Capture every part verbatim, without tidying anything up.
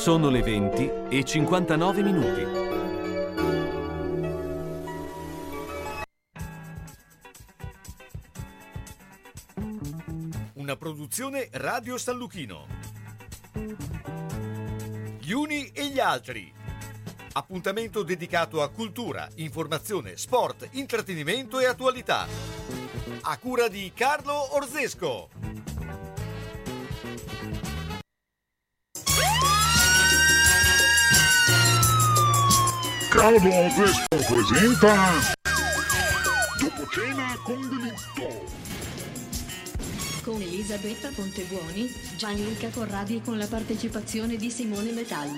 Sono le venti e cinquantanove minuti. Una produzione Radio San Luchino. Gli uni e gli altri. Appuntamento dedicato a cultura, informazione, sport, intrattenimento e attualità. A cura di Carlo Orzesco. Carlo Orzesco presenta Dopo cena con delitto, con Elisabetta Pontebuoni, Gianluca Corradi e con la partecipazione di Simone Metalli.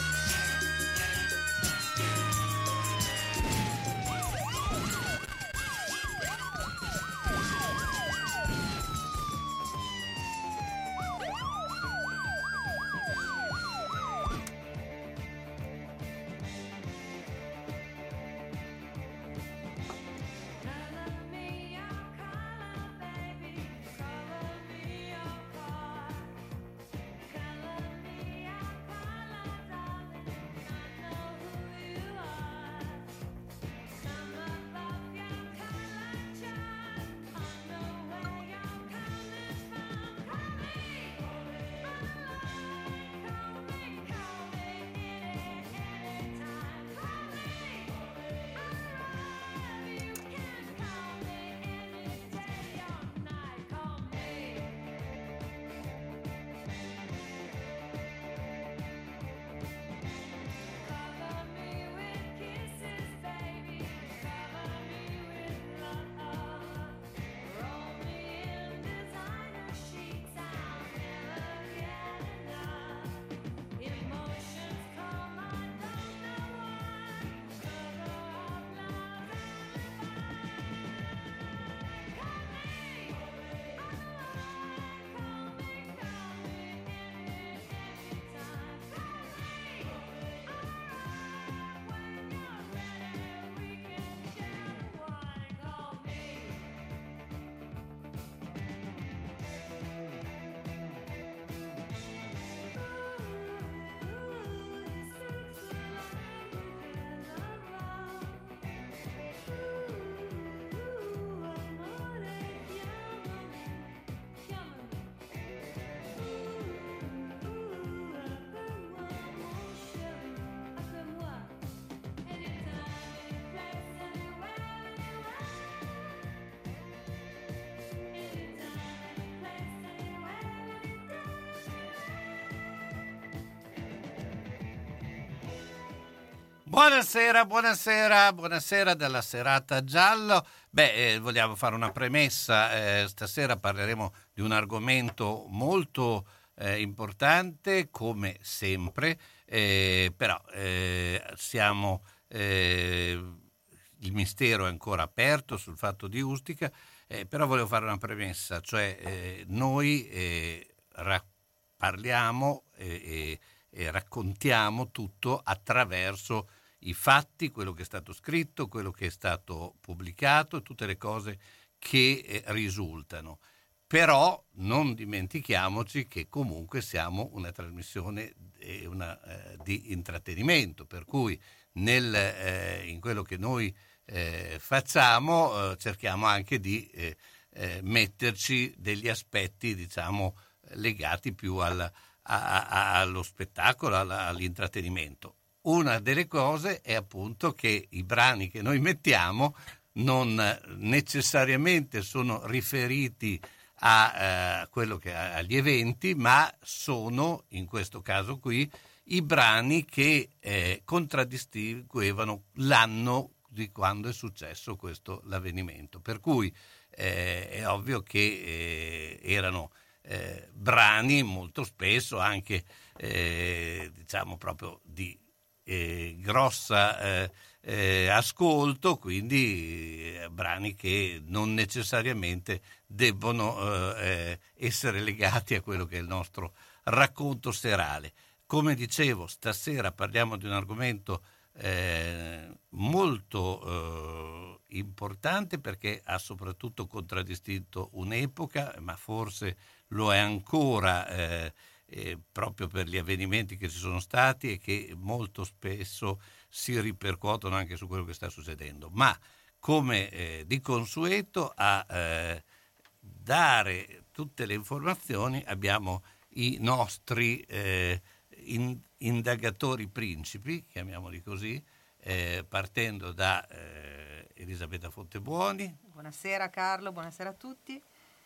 Buonasera, buonasera, buonasera della serata giallo. Beh, eh, vogliamo fare una premessa. Eh, stasera parleremo di un argomento molto eh, importante, come sempre, eh, però eh, siamo, eh, il mistero è ancora aperto sul fatto di Ustica, eh, però volevo fare una premessa, cioè eh, noi eh, ra- parliamo e, e, e raccontiamo tutto attraverso i fatti, quello che è stato scritto, quello che è stato pubblicato, tutte le cose che eh, risultano. Però non dimentichiamoci che comunque siamo una trasmissione eh, una, eh, di intrattenimento, per cui nel, eh, in quello che noi eh, facciamo eh, cerchiamo anche di eh, eh, metterci degli aspetti, diciamo, legati più al, a, a, allo spettacolo, alla, all'intrattenimento. Una delle cose è appunto che i brani che noi mettiamo non necessariamente sono riferiti a eh, quello che agli eventi, ma sono in questo caso qui i brani che eh, contraddistinguevano l'anno di quando è successo questo l'avvenimento. Per cui eh, è ovvio che eh, erano eh, brani molto spesso anche eh, diciamo proprio di Eh, grossa eh, eh, ascolto, quindi eh, brani che non necessariamente debbono eh, essere legati a quello che è il nostro racconto serale. Come dicevo, stasera parliamo di un argomento eh, molto eh, importante, perché ha soprattutto contraddistinto un'epoca, ma forse lo è ancora eh, eh, proprio per gli avvenimenti che ci sono stati e che molto spesso si ripercuotono anche su quello che sta succedendo. Ma come eh, di consueto a eh, dare tutte le informazioni abbiamo i nostri eh, in, indagatori principi, chiamiamoli così, eh, partendo da eh, Elisabetta Fontebuoni. Buonasera Carlo, buonasera a tutti.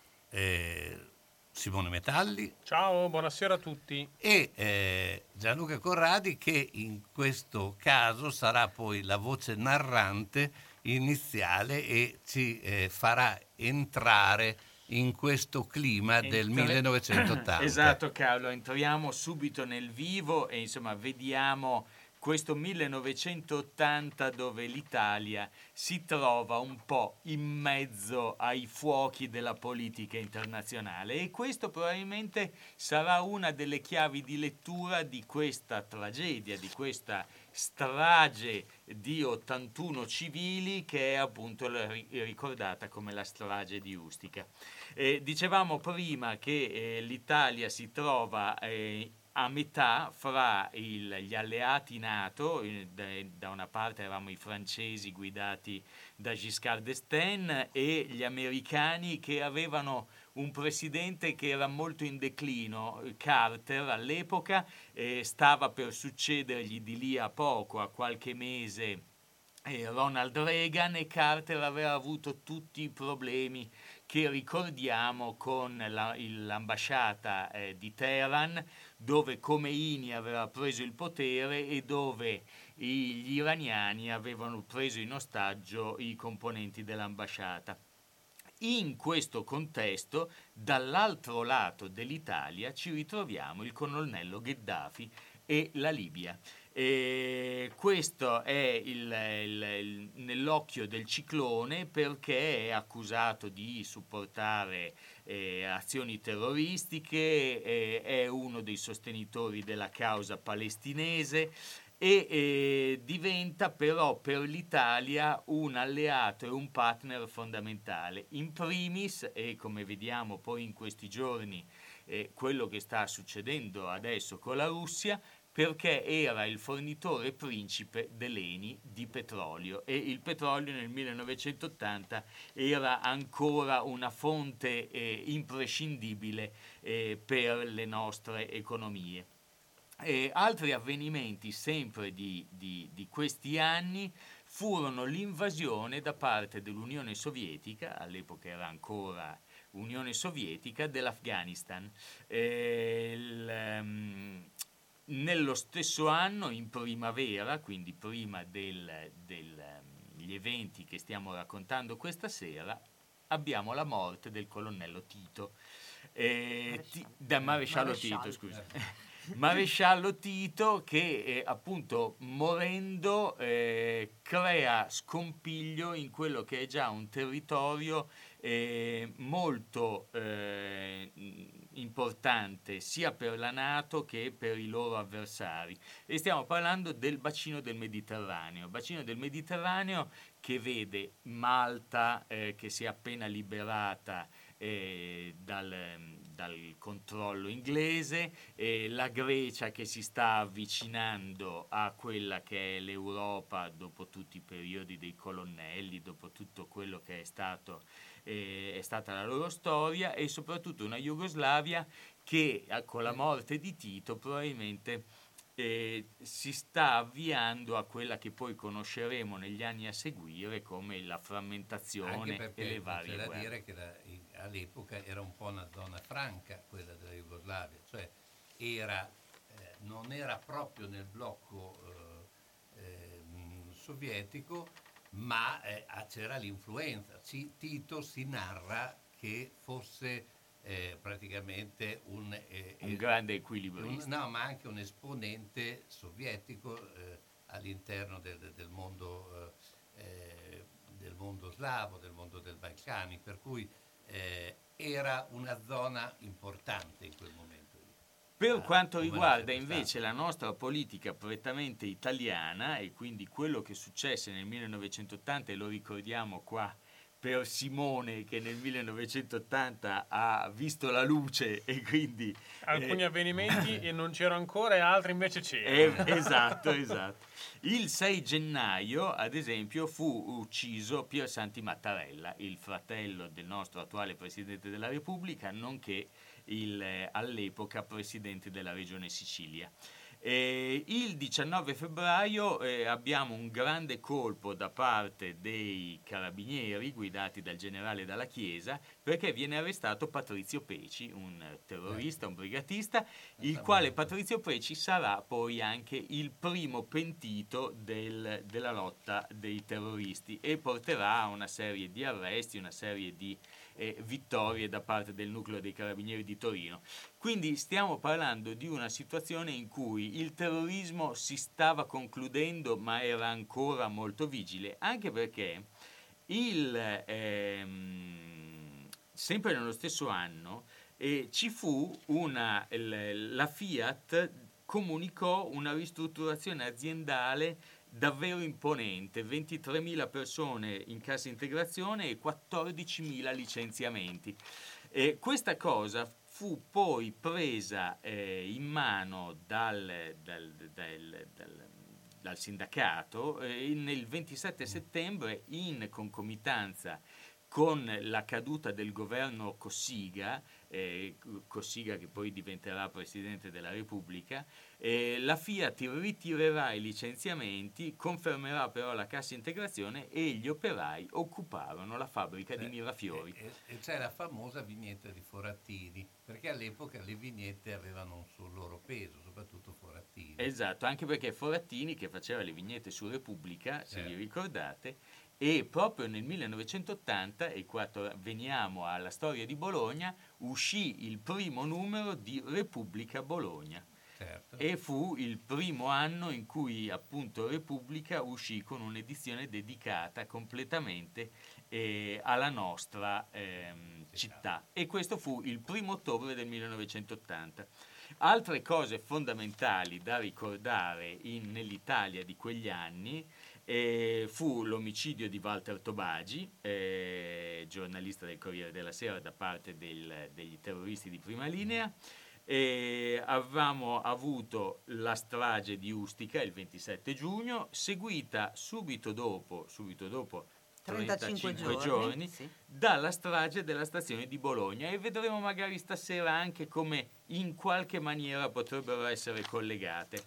Eh, Simone Metalli. Ciao, buonasera a tutti. E eh, Gianluca Corradi, che in questo caso sarà poi la voce narrante iniziale e ci eh, farà entrare in questo clima Entra... del millenovecentottanta. Esatto Carlo, entriamo subito nel vivo e insomma vediamo questo millenovecentottanta dove l'Italia si trova un po' in mezzo ai fuochi della politica internazionale, e questo probabilmente sarà una delle chiavi di lettura di questa tragedia, di questa strage di ottantuno civili, che è appunto ricordata come la strage di Ustica. Eh, dicevamo prima che eh, l'Italia si trova eh, a metà fra il, gli alleati NATO, eh, da, da una parte eravamo i francesi guidati da Giscard d'Estaing e gli americani, che avevano un presidente che era molto in declino, Carter all'epoca, eh, stava per succedergli di lì a poco, a qualche mese, eh, Ronald Reagan, e Carter aveva avuto tutti i problemi che ricordiamo con la, l'ambasciata eh, di Teheran, dove Khomeini aveva preso il potere e dove i, gli iraniani avevano preso in ostaggio i componenti dell'ambasciata. In questo contesto, dall'altro lato dell'Italia, ci ritroviamo il colonnello Gheddafi e la Libia. E questo è il, il, il, nell'occhio del ciclone, perché è accusato di supportare eh, azioni terroristiche, eh, è uno dei sostenitori della causa palestinese e eh, diventa però per l'Italia un alleato e un partner fondamentale. In primis, e come vediamo poi in questi giorni, eh, quello che sta succedendo adesso con la Russia, perché era il fornitore principe dell'Eni di petrolio, e il petrolio nel millenovecentottanta era ancora una fonte eh, imprescindibile eh, per le nostre economie. E altri avvenimenti sempre di, di, di questi anni furono l'invasione da parte dell'Unione Sovietica, all'epoca era ancora Unione Sovietica, dell'Afghanistan. Eh, il, um, Nello stesso anno, in primavera, quindi prima del, del, degli eventi che stiamo raccontando questa sera, abbiamo la morte del colonnello Tito, eh, Ti, da Maresciallo Tito, scusa. Maresciallo Tito, che eh, appunto morendo eh, crea scompiglio in quello che è già un territorio eh, molto eh, importante sia per la NATO che per i loro avversari, e stiamo parlando del bacino del Mediterraneo, bacino del Mediterraneo che vede Malta eh, che si è appena liberata eh, dal, dal controllo inglese, eh, la Grecia che si sta avvicinando a quella che è l'Europa dopo tutti i periodi dei colonnelli, dopo tutto quello che è stato eh, è stata la loro storia, e soprattutto una Jugoslavia che con la morte di Tito probabilmente eh, si sta avviando a quella che poi conosceremo negli anni a seguire come la frammentazione e le varie guerre. C'è da guerre. dire che la, all'epoca era un po' una zona franca quella della Jugoslavia, cioè era, eh, non era proprio nel blocco eh, eh, sovietico, ma eh, c'era l'influenza. C- Tito si narra che fosse eh, praticamente un, eh, un grande equilibrista, un, no, ma anche un esponente sovietico eh, all'interno del, del mondo eh, del mondo slavo, del mondo del Balcani, per cui eh, era una zona importante in quel momento. Per quanto riguarda invece la nostra politica prettamente italiana, e quindi quello che successe nel millenovecentottanta, e lo ricordiamo qua per Simone, che nel millenovecentottanta ha visto la luce e quindi... Alcuni eh, avvenimenti e non c'ero ancora e altri invece c'erano. Eh, esatto, esatto. Il sei gennaio, ad esempio, fu ucciso Piersanti Mattarella, il fratello del nostro attuale Presidente della Repubblica, nonché il, eh, all'epoca Presidente della Regione Sicilia. Eh, il diciannove febbraio eh, abbiamo un grande colpo da parte dei carabinieri guidati dal generale Dalla Chiesa, perché viene arrestato Patrizio Peci, un terrorista, un brigatista, il quale Patrizio Peci sarà poi anche il primo pentito del, della lotta dei terroristi e porterà a una serie di arresti, una serie di eh, vittorie da parte del nucleo dei carabinieri di Torino. Quindi stiamo parlando di una situazione in cui il terrorismo si stava concludendo, ma era ancora molto vigile, anche perché il, ehm, sempre nello stesso anno eh, ci fu una, l- la Fiat comunicò una ristrutturazione aziendale davvero imponente, ventitremila persone in cassa integrazione e quattordicimila licenziamenti. E questa cosa fu poi presa eh, in mano dal, dal, dal, dal, dal sindacato eh, nel ventisette settembre, in concomitanza con la caduta del governo Cossiga, eh, Cossiga che poi diventerà Presidente della Repubblica. Eh, la Fiat ritirerà i licenziamenti, confermerà però la cassa integrazione e gli operai occuparono la fabbrica di Mirafiori. E, e, e c'è la famosa vignetta di Forattini, perché all'epoca le vignette avevano un suo loro peso, soprattutto Forattini. Esatto, anche perché Forattini, che faceva le vignette su Repubblica, se certo. vi ricordate, e proprio nel millenovecentottanta, e qua veniamo alla storia di Bologna, uscì il primo numero di Repubblica Bologna. Certo. E fu il primo anno in cui appunto Repubblica uscì con un'edizione dedicata completamente eh, alla nostra ehm, città, e questo fu il primo ottobre del millenovecentottanta. Altre cose fondamentali da ricordare in, nell'Italia di quegli anni eh, fu l'omicidio di Walter Tobagi, eh, giornalista del Corriere della Sera, da parte del, degli terroristi di prima linea. E avevamo avuto la strage di Ustica il ventisette giugno, seguita subito dopo, subito dopo trentacinque, trentacinque giorni, giorni sì. dalla strage della stazione di Bologna, e vedremo magari stasera anche come in qualche maniera potrebbero essere collegate.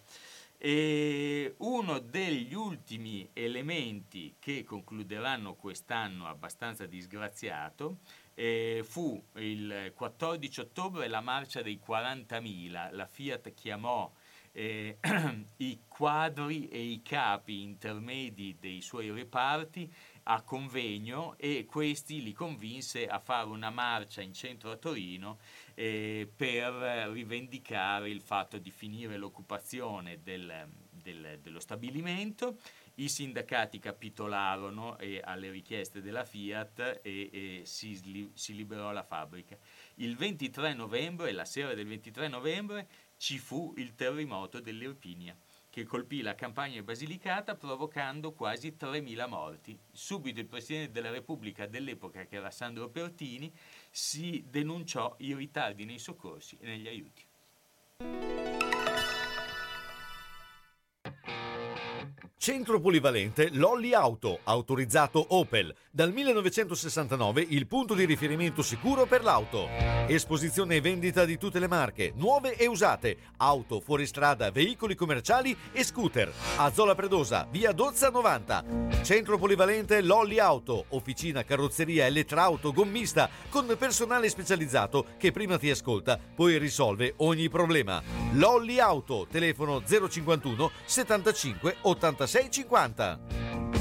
E uno degli ultimi elementi che concluderanno quest'anno abbastanza disgraziato Eh, fu il quattordici ottobre la marcia dei quarantamila. La Fiat chiamò eh, i quadri e i capi intermedi dei suoi reparti a convegno, e questi li convinse a fare una marcia in centro a Torino eh, per rivendicare il fatto di finire l'occupazione del, del, dello stabilimento. I sindacati capitolarono eh, alle richieste della Fiat e, e si, si liberò la fabbrica. Il ventitré novembre, la sera del ventitré novembre, ci fu il terremoto dell'Irpinia, che colpì la Campania e Basilicata provocando quasi tremila morti. Subito il Presidente della Repubblica dell'epoca, che era Sandro Pertini, si denunciò i ritardi nei soccorsi e negli aiuti. Centro polivalente Lolli Auto, autorizzato Opel. Dal millenovecentosessantanove il punto di riferimento sicuro per l'auto. Esposizione e vendita di tutte le marche, nuove e usate, auto, fuoristrada, veicoli commerciali e scooter. A Zola Predosa, via Dozza novanta. Centro polivalente Lolli Auto, officina, carrozzeria, elettrauto, gommista, con personale specializzato che prima ti ascolta, poi risolve ogni problema. Lolli Auto, telefono zero cinquantuno settantacinque ottantasei cinquanta.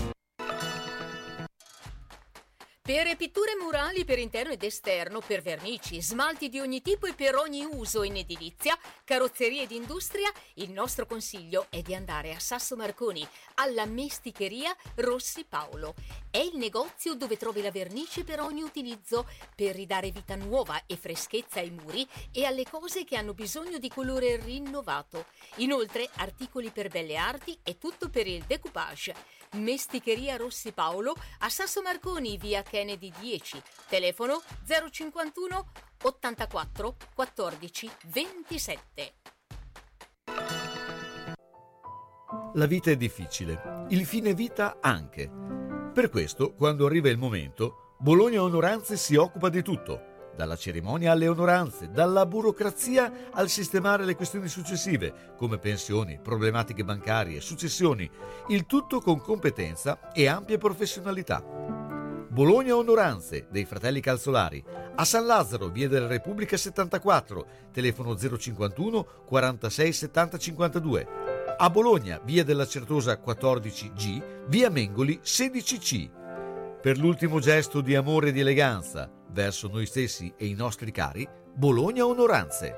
Per pitture murali per interno ed esterno, per vernici, smalti di ogni tipo e per ogni uso in edilizia, carrozzerie ed industria, il nostro consiglio è di andare a Sasso Marconi, alla Mesticheria Rossi Paolo. È il negozio dove trovi la vernice per ogni utilizzo, per ridare vita nuova e freschezza ai muri e alle cose che hanno bisogno di colore rinnovato. Inoltre, articoli per belle arti e tutto per il decoupage. Mesticheria Rossi Paolo a Sasso Marconi, via Kennedy dieci, telefono zero cinquantuno ottantaquattro quattordici ventisette. La vita è difficile, il fine vita anche. Per questo, quando arriva il momento, Bologna Onoranze si occupa di tutto. Dalla cerimonia alle onoranze, dalla burocrazia al sistemare le questioni successive, come pensioni, problematiche bancarie, successioni, il tutto con competenza e ampia professionalità. Bologna Onoranze dei fratelli Calzolari, a San Lazzaro, via della Repubblica settantaquattro, telefono zero cinquantuno quarantasei settanta cinquantadue. A Bologna, via della Certosa quattordici G, via Mengoli sedici C. Per l'ultimo gesto di amore e di eleganza verso noi stessi e i nostri cari, Bologna Onoranze.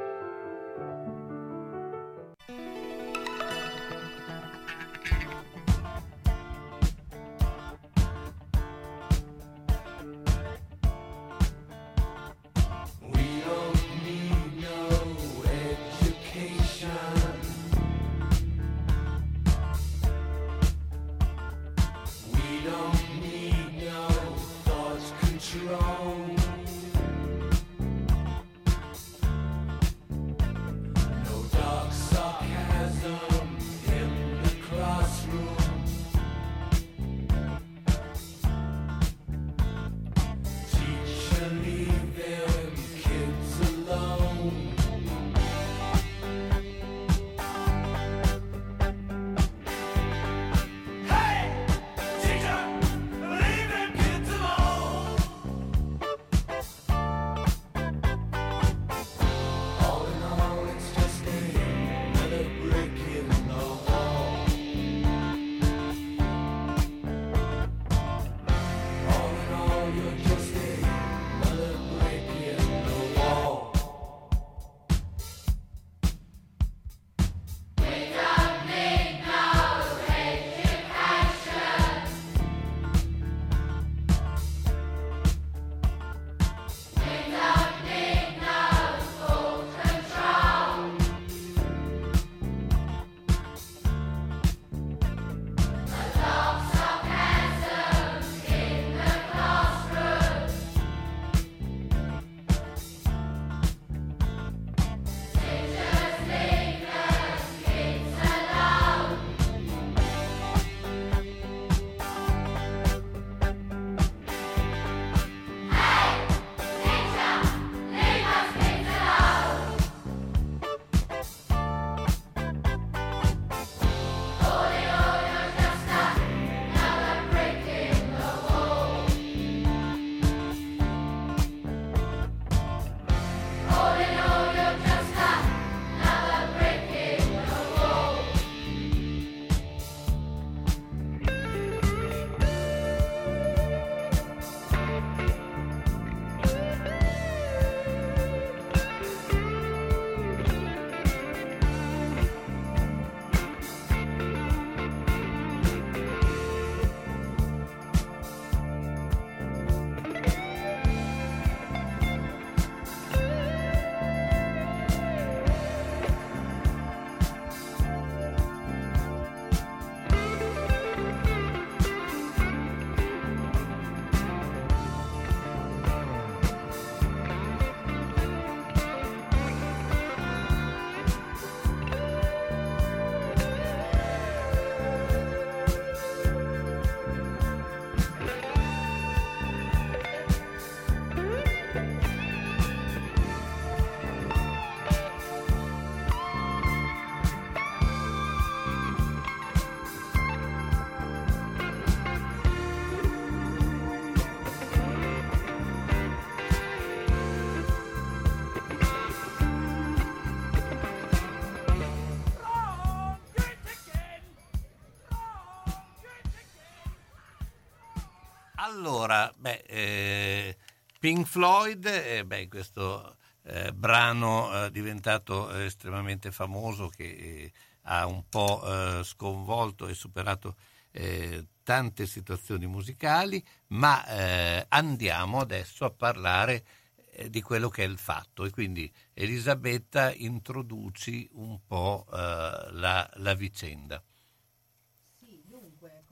Allora, beh, eh, Pink Floyd, eh, beh, questo eh, brano eh, diventato eh, estremamente famoso che eh, ha un po' eh, sconvolto e superato eh, tante situazioni musicali, ma eh, andiamo adesso a parlare eh, di quello che è il fatto. E quindi, Elisabetta, introduci un po' eh, la, la vicenda. Sì, dunque,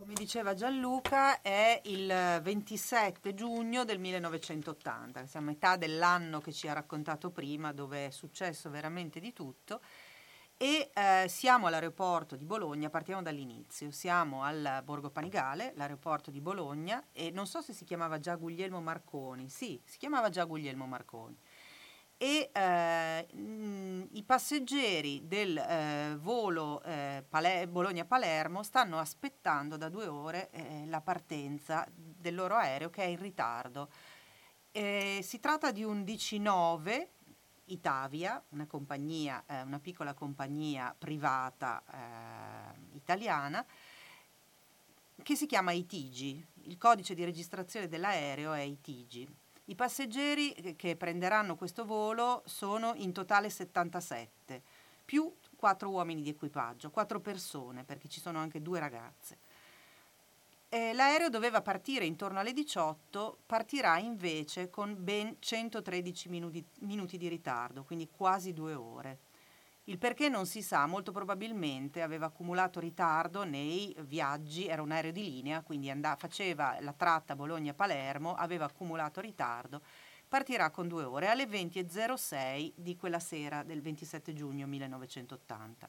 Come diceva Gianluca, è il ventisette giugno del millenovecentottanta, siamo a metà dell'anno che ci ha raccontato prima, dove è successo veramente di tutto. E eh, siamo all'aeroporto di Bologna, partiamo dall'inizio, siamo al Borgo Panigale, l'aeroporto di Bologna, e non so se si chiamava già Guglielmo Marconi, sì, si chiamava già Guglielmo Marconi. E eh, mh, i passeggeri del eh, volo eh, Pale- Bologna-Palermo stanno aspettando da due ore eh, la partenza del loro aereo che è in ritardo. Eh, si tratta di un diciannove Itavia, una compagnia, eh, una piccola compagnia privata eh, italiana che si chiama I T G. Il codice di registrazione dell'aereo è I T G. I passeggeri che prenderanno questo volo sono in totale settantasette, più quattro uomini di equipaggio, quattro persone, perché ci sono anche due ragazze. Eh, l'aereo doveva partire intorno alle diciotto, partirà invece con ben centotredici minuti, minuti di ritardo, quindi quasi due ore. Il perché non si sa, molto probabilmente aveva accumulato ritardo nei viaggi, era un aereo di linea, quindi andava, faceva la tratta Bologna-Palermo, aveva accumulato ritardo, partirà con due ore alle venti e zero sei di quella sera del ventisette giugno millenovecentottanta.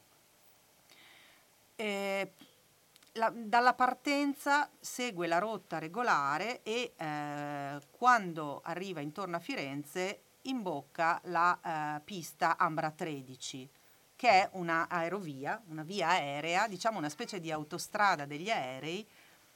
Eh, La, dalla partenza segue la rotta regolare e eh, quando arriva intorno a Firenze imbocca la eh, pista Ambra tredici, che è una aerovia, una via aerea, diciamo una specie di autostrada degli aerei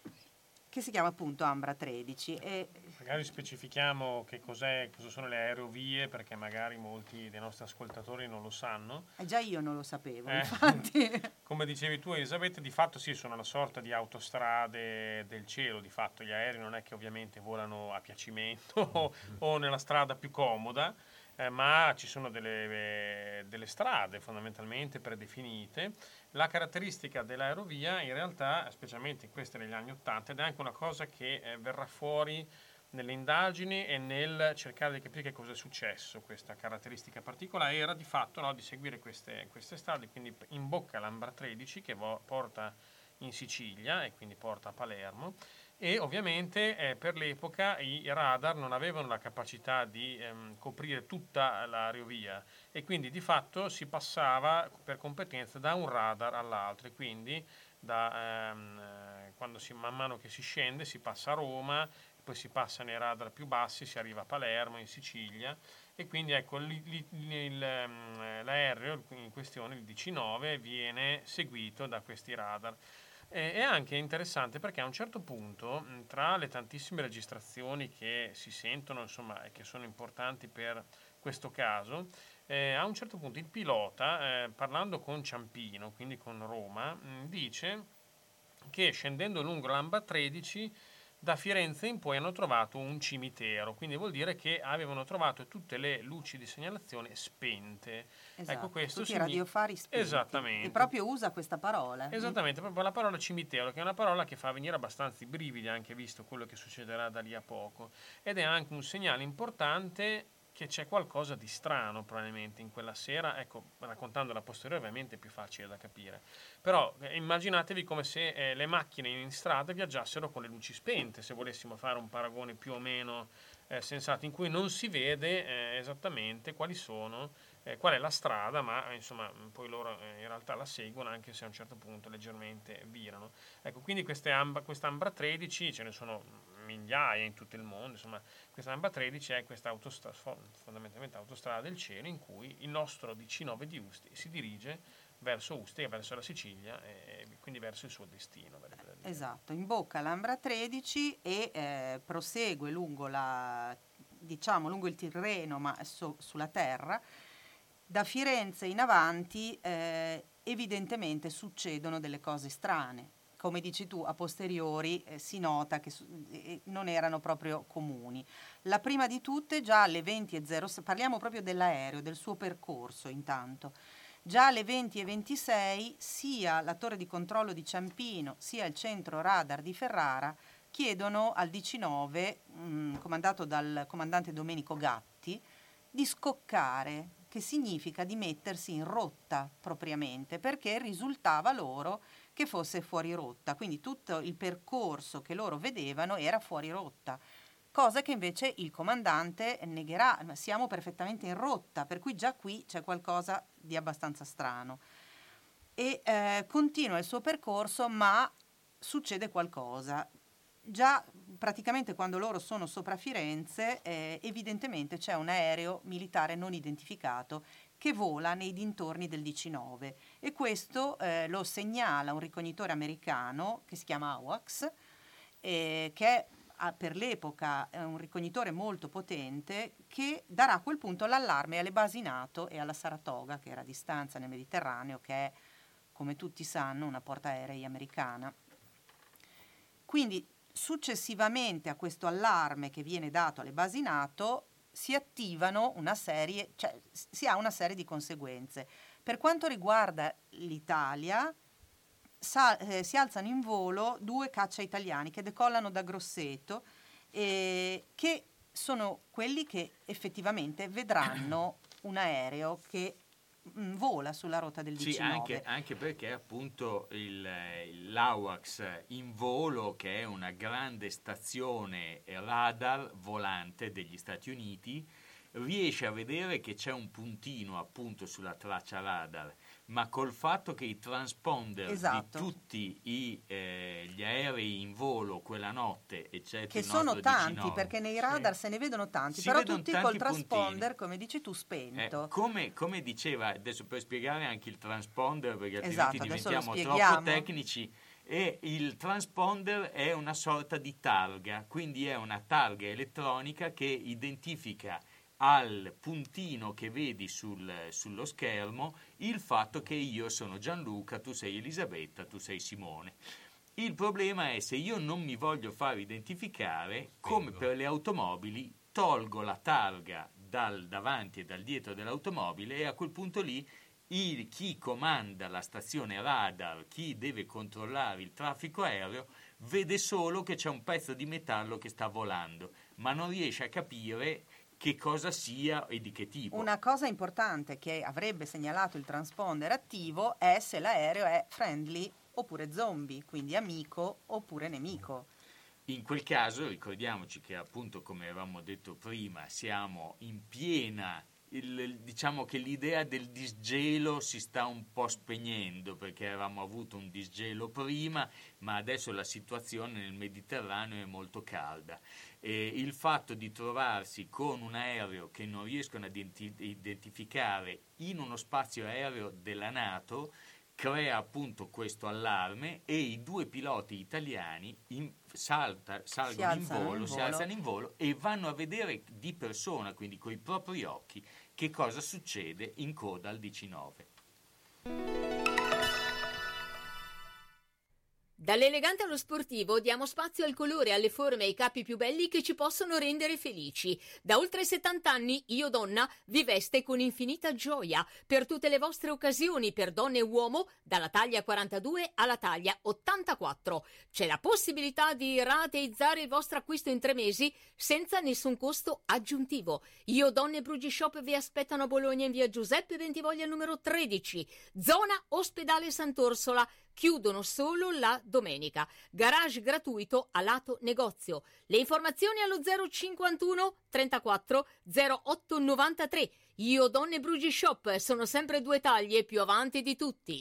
che si chiama appunto Ambra tredici. E magari specifichiamo che cos'è, cosa sono le aerovie, perché magari molti dei nostri ascoltatori non lo sanno. Eh, già io non lo sapevo, eh, infatti. Come dicevi tu, Elisabetta, di fatto sì, sono una sorta di autostrade del cielo. Di fatto gli aerei non è che ovviamente volano a piacimento o, o nella strada più comoda, eh, ma ci sono delle, eh, delle strade fondamentalmente predefinite. La caratteristica dell'aerovia in realtà, specialmente questa negli anni Ottanta, ed è anche una cosa che eh, verrà fuori nelle indagini e nel cercare di capire che cosa è successo, questa caratteristica particolare, era di fatto, no, di seguire queste, queste strade, quindi imbocca l'Ambra tredici che vo- porta in Sicilia e quindi porta a Palermo, e ovviamente eh, per l'epoca i radar non avevano la capacità di ehm, coprire tutta l'aerovia e quindi di fatto si passava per competenza da un radar all'altro, e quindi da, ehm, quando si, man mano che si scende si passa a Roma, poi si passa nei radar più bassi, si arriva a Palermo, in Sicilia, e quindi ecco li, li, il, l'aereo in questione, il diciannove, viene seguito da questi radar. E, è anche interessante perché a un certo punto, tra le tantissime registrazioni che si sentono, insomma, e che sono importanti per questo caso, eh, a un certo punto il pilota, eh, parlando con Ciampino, quindi con Roma, mh, dice che scendendo lungo l'Ambra tredici da Firenze in poi hanno trovato un cimitero, quindi vuol dire che avevano trovato tutte le luci di segnalazione spente. Esatto, ecco, questo tutti i significa... radiofari spenti. Esattamente. E proprio usa questa parola. Esattamente, proprio la parola cimitero, che è una parola che fa venire abbastanza i brividi, anche visto quello che succederà da lì a poco. Ed è anche un segnale importante che c'è qualcosa di strano probabilmente in quella sera. Ecco, raccontandola a posteriori ovviamente è più facile da capire, però eh, immaginatevi come se eh, le macchine in strada viaggiassero con le luci spente, se volessimo fare un paragone più o meno eh, sensato, in cui non si vede eh, esattamente quali sono, eh, qual è la strada, ma eh, insomma poi loro eh, in realtà la seguono, anche se a un certo punto leggermente virano. Ecco, quindi queste Ambra, questa Ambra tredici, ce ne sono migliaia in tutto il mondo, insomma questa Ambra tredici è questa autostrada, fondamentalmente autostrada del cielo, in cui il nostro diciannove di Usti si dirige verso Ustica, verso la Sicilia, e quindi verso il suo destino. Esatto, imbocca l'Ambra tredici e eh, prosegue lungo la, diciamo lungo il Tirreno, ma so, sulla terra. Da Firenze in avanti eh, evidentemente succedono delle cose strane. Come dici tu, a posteriori eh, si nota che eh, non erano proprio comuni. La prima di tutte, già alle venti e zero sei, parliamo proprio dell'aereo, del suo percorso intanto, già alle venti e ventisei sia la torre di controllo di Ciampino sia il centro radar di Ferrara chiedono al diciannove, mh, comandato dal comandante Domenico Gatti, di scoccare, che che significa di mettersi in rotta propriamente, perché risultava loro che fosse fuori rotta, quindi tutto il percorso che loro vedevano era fuori rotta, cosa che invece il comandante negherà, ma siamo perfettamente in rotta, per cui già qui c'è qualcosa di abbastanza strano. E eh, continua il suo percorso, ma succede qualcosa. Già praticamente quando loro sono sopra Firenze, eh, evidentemente c'è un aereo militare non identificato che vola nei dintorni del diciannove, e questo eh, lo segnala un ricognitore americano che si chiama AWACS, eh, che è a, per l'epoca è un ricognitore molto potente, che darà a quel punto l'allarme alle basi NATO e alla Saratoga, che era a distanza nel Mediterraneo, che è, come tutti sanno, una portaerei americana. Quindi successivamente a questo allarme che viene dato alle basi NATO si attivano una serie, cioè si ha una serie di conseguenze. Per quanto riguarda l'Italia, sa, eh, si alzano in volo due caccia italiani che decollano da Grosseto, eh, che sono quelli che effettivamente vedranno un aereo che mh, vola sulla rotta del diciannove. Sì, anche, anche perché appunto il, l'AWACS in volo, che è una grande stazione radar volante degli Stati Uniti, riesce a vedere che c'è un puntino appunto sulla traccia radar, ma col fatto che i transponder esatto. di tutti i, eh, gli aerei in volo quella notte, eccetera, che sono tanti, perché nei radar sì. se ne vedono tanti, si però vedono tutti tanti col transponder, puntini. come dici tu, spento. Eh, come, come diceva, adesso per spiegare anche il transponder, perché esatto, altrimenti diventiamo troppo tecnici, e il transponder è una sorta di targa, quindi è una targa elettronica che identifica al puntino che vedi sul, sullo schermo il fatto che io sono Gianluca, tu sei Elisabetta, tu sei Simone. Il problema è, se io non mi voglio far identificare, come per le automobili, tolgo la targa dal davanti e dal dietro dell'automobile, e a quel punto lì il, chi comanda la stazione radar, chi deve controllare il traffico aereo, vede solo che c'è un pezzo di metallo che sta volando, ma non riesce a capire che cosa sia e di che tipo. Una cosa importante che avrebbe segnalato il transponder attivo è se l'aereo è friendly oppure zombie, quindi amico oppure nemico. In quel caso ricordiamoci che, appunto, come avevamo detto prima, siamo in piena, il, diciamo che l'idea del disgelo si sta un po' spegnendo, perché avevamo avuto un disgelo prima, ma adesso la situazione nel Mediterraneo è molto calda. E il fatto di trovarsi con un aereo che non riescono a identi- identificare in uno spazio aereo della NATO crea appunto questo allarme, e i due piloti italiani in, salta, salgono in volo, in volo, si alzano in volo e vanno a vedere di persona, quindi coi propri occhi, che cosa succede in coda al diciannove. Dall'elegante allo sportivo diamo spazio al colore, alle forme e ai capi più belli che ci possono rendere felici. Da oltre settanta anni Io Donna vi veste con infinita gioia per tutte le vostre occasioni, per donne e uomo, dalla taglia quarantadue alla taglia ottantaquattro. C'è la possibilità di rateizzare il vostro acquisto in tre mesi senza nessun costo aggiuntivo. Io Donne Brugi Shop vi aspettano a Bologna in via Giuseppe Bentivoglia numero tredici, zona Ospedale Sant'Orsola. Chiudono solo la domenica. Garage gratuito a lato negozio. Le informazioni allo zero cinquantuno trentaquattro zero otto novantatré. Io Donne Brugi Shop, sono sempre due taglie più avanti di tutti.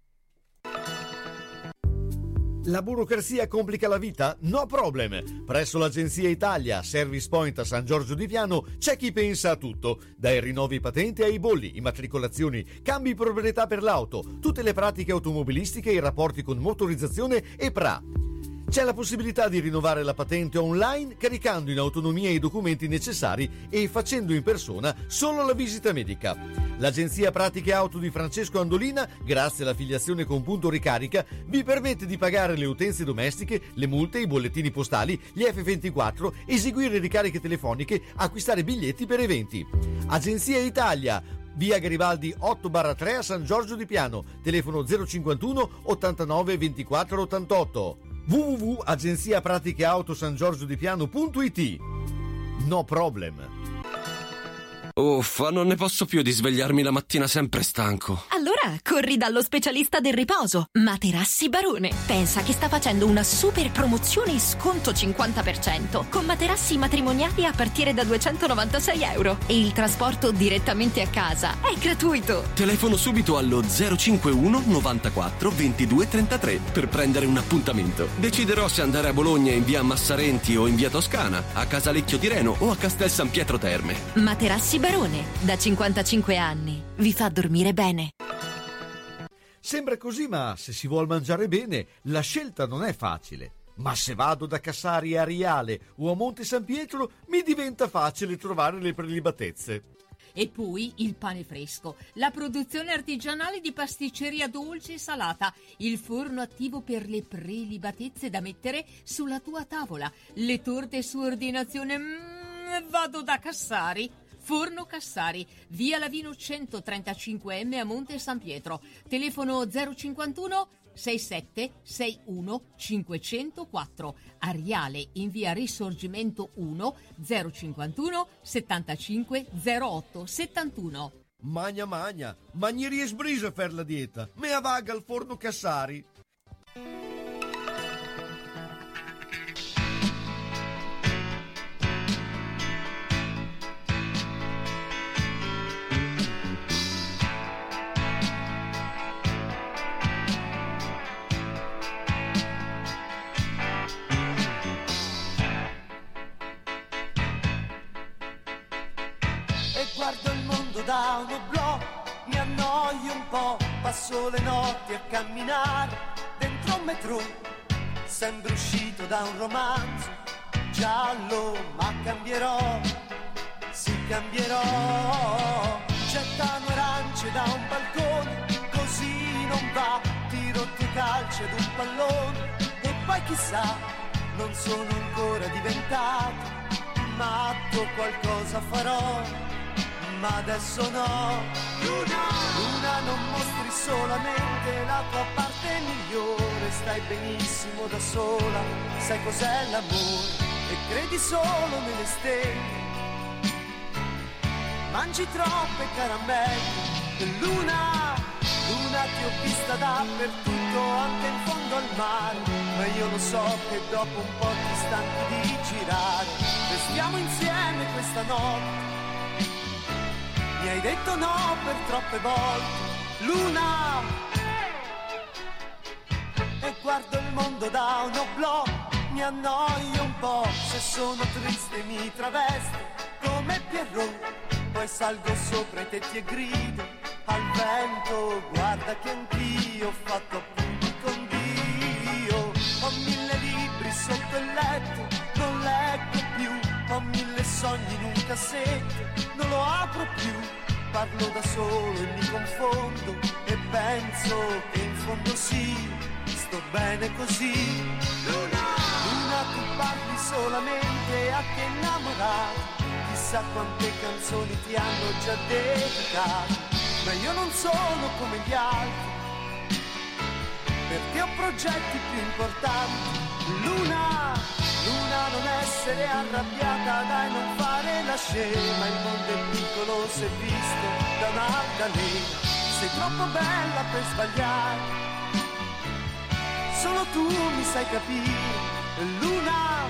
La burocrazia complica la vita? No problem! Presso l'Agenzia Italia Service Point a San Giorgio di Piano c'è chi pensa a tutto, dai rinnovi patente ai bolli, immatricolazioni, cambi proprietà per l'auto, tutte le pratiche automobilistiche e i rapporti con motorizzazione e P R A. C'è la possibilità di rinnovare la patente online caricando in autonomia i documenti necessari e facendo in persona solo la visita medica. L'Agenzia Pratiche Auto di Francesco Andolina, grazie all'affiliazione con Punto Ricarica, vi permette di pagare le utenze domestiche, le multe, i bollettini postali, gli effe ventiquattro, eseguire ricariche telefoniche, acquistare biglietti per eventi. Agenzia Italia, via Garibaldi otto barra tre a San Giorgio di Piano, telefono zero cinquantuno ottantanove ventiquattro ottantotto. w w w punto agenzia pratiche auto san giorgio di piano punto it. No problem. Uffa, non ne posso più di svegliarmi la mattina sempre stanco. Allora corri dallo specialista del riposo, Materassi Barone. Pensa che sta facendo una super promozione e sconto cinquanta per cento con materassi matrimoniali a partire da duecentonovantasei euro e il trasporto direttamente a casa è gratuito. Telefono subito allo zero cinquantuno novantaquattro ventidue trentatré per prendere un appuntamento. Deciderò se andare a Bologna in via Massarenti o in via Toscana, a Casalecchio di Reno o a Castel San Pietro Terme. Materassi Barone, da cinquantacinque anni, vi fa dormire bene. Sembra così, ma se si vuol mangiare bene, la scelta non è facile. Ma se vado da Cassari a Riale o a Monte San Pietro, mi diventa facile trovare le prelibatezze. E poi il pane fresco, la produzione artigianale di pasticceria dolce e salata, il forno attivo per le prelibatezze da mettere sulla tua tavola, le torte su ordinazione. Mm, vado da Cassari. Forno Cassari, via Lavino centotrentacinque M a Monte San Pietro. Telefono zero cinquantuno sessantasette sessantuno cinquecentoquattro. A Riale in via Risorgimento uno zero cinquantuno settantacinque zero otto settantuno. Magna magna, magnerie sbrise per la dieta. Me avaga al Forno Cassari. Guardo il mondo da un oblò, mi annoio un po', passo le notti a camminare dentro un metro, sembro uscito da un romanzo giallo, ma cambierò, sì cambierò, gettano arance da un balcone, così non va, tiro due calci ad un pallone, e poi chissà, non sono ancora diventato matto, qualcosa farò, ma adesso no. Luna, Luna, non mostri solamente la tua parte migliore, stai benissimo da sola, sai cos'è l'amore e credi solo nelle stelle, mangi troppe caramelle. Luna, Luna, ti ho vista dappertutto, anche in fondo al mare, ma io lo so che dopo un po' ti stanchi di girare, restiamo insieme questa notte. Mi hai detto no per troppe volte, Luna, e guardo il mondo da un oblò, mi annoio un po', se sono triste mi travesto come Pierrot, poi salgo sopra i tetti e grido al vento, guarda che anch'io ho fatto appunti con Dio, ho mille libri sotto il letto, non leggo più, ho mille sogni in un cassetto, non lo apro più, parlo da solo e mi confondo e penso che in fondo sì, sto bene così. Luna, Luna, tu parli solamente a chi è innamorato, chissà quante canzoni ti hanno già dedicato, ma io non sono come gli altri, perché ho progetti più importanti. Luna, Luna, non essere arrabbiata, dai, non fare la scema, il mondo è piccolo se visto da un'altalena, sei troppo bella per sbagliare, solo tu mi sai capire. Luna,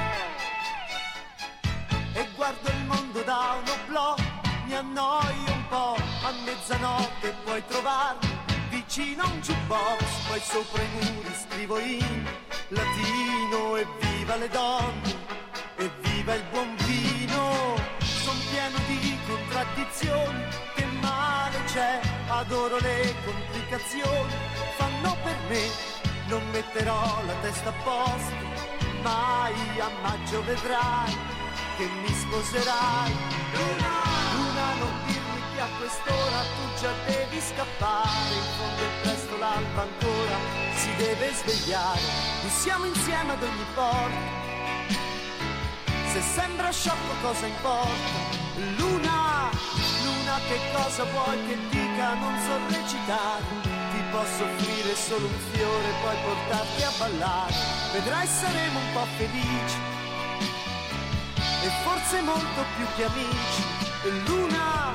e guardo il mondo da un oblò, mi annoio un po', a mezzanotte puoi trovarmi vicino a un jukebox, poi sopra i muri scrivo in latino evviva le donne, evviva il buon vino, son pieno di contraddizioni, che male c'è, adoro le complicazioni, fanno per me, non metterò la testa a posto, mai a maggio vedrai che mi sposerai. Luna, Luna, non dirmi che a quest'ora tu già devi scappare, in fondo è presto, l'alba ancora si deve svegliare, noi siamo insieme ad ogni porta, se sembra sciocco cosa importa. Luna, Luna, che cosa vuoi che dica, non so recitare, ti posso offrire solo un fiore, poi portarti a ballare, vedrai saremo un po' felici e forse molto più che amici. Luna.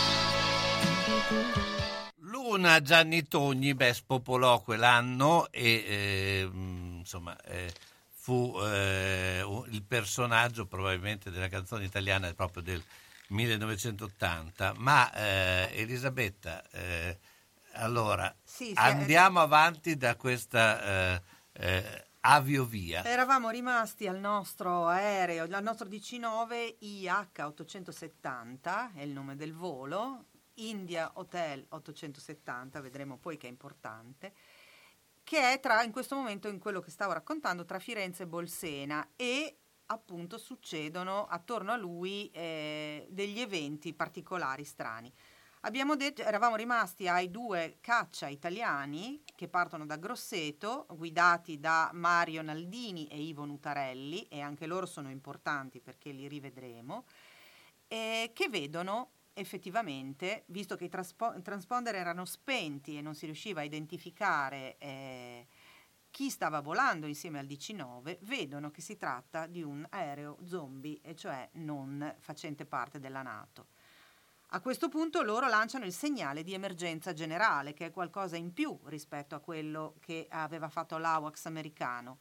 Luna Gianni Togni, beh, spopolò quell'anno e eh, insomma eh, fu eh, il personaggio probabilmente della canzone italiana proprio del millenovecentottanta. Ma eh, Elisabetta, eh, allora Sì, sì, andiamo avanti da questa eh, eh, aviovia. Eravamo rimasti al nostro aereo, al nostro D C nove I H ottocentosettanta, è il nome del volo, India Hotel ottocentosettanta, vedremo poi che è importante, che è tra, in questo momento, in quello che stavo raccontando, tra Firenze e Bolsena, e appunto succedono attorno a lui eh, degli eventi particolari, strani. Abbiamo detto, eravamo rimasti ai due caccia italiani che partono da Grosseto, guidati da Mario Naldini e Ivo Nutarelli, e anche loro sono importanti perché li rivedremo, eh, che vedono effettivamente, visto che i traspo- transponder erano spenti e non si riusciva a identificare eh, chi stava volando insieme al D C nove, vedono che si tratta di un aereo zombie, e cioè non facente parte della NATO. A questo punto loro lanciano il segnale di emergenza generale, che è qualcosa in più rispetto a quello che aveva fatto l'AWACS americano.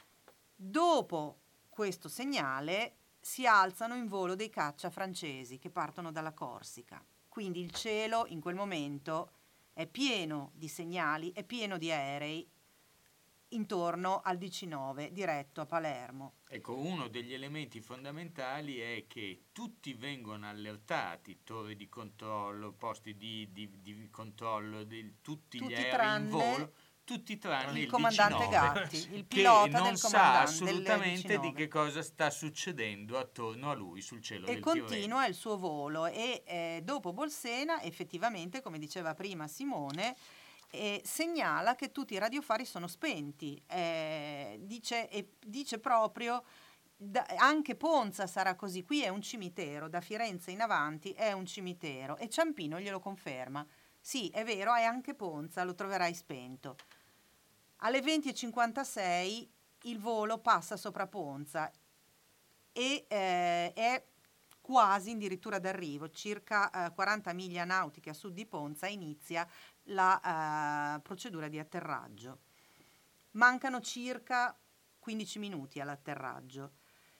Dopo questo segnale si alzano in volo dei caccia francesi che partono dalla Corsica. Quindi il cielo in quel momento è pieno di segnali, è pieno di aerei intorno al D C nove diretto a Palermo. Ecco, uno degli elementi fondamentali è che tutti vengono allertati, torri di controllo, posti di, di, di controllo, di, tutti, tutti gli aerei in volo, tutti tranne il, il comandante D C nove, Gatti, il pilota che non del sa comandante assolutamente del di che cosa sta succedendo attorno a lui sul cielo e del continua Tirreno. il suo volo e eh, dopo Bolsena effettivamente, come diceva prima Simone, eh, segnala che tutti i radiofari sono spenti, eh, dice, e dice proprio da, anche Ponza sarà così, qui è un cimitero, da Firenze in avanti è un cimitero, e Ciampino glielo conferma, sì è vero, è anche Ponza, lo troverai spento. Alle venti e cinquantasei il volo passa sopra Ponza e eh, è quasi addirittura d'arrivo, circa eh, quaranta miglia nautiche a sud di Ponza inizia la eh, procedura di atterraggio. Mancano circa quindici minuti all'atterraggio,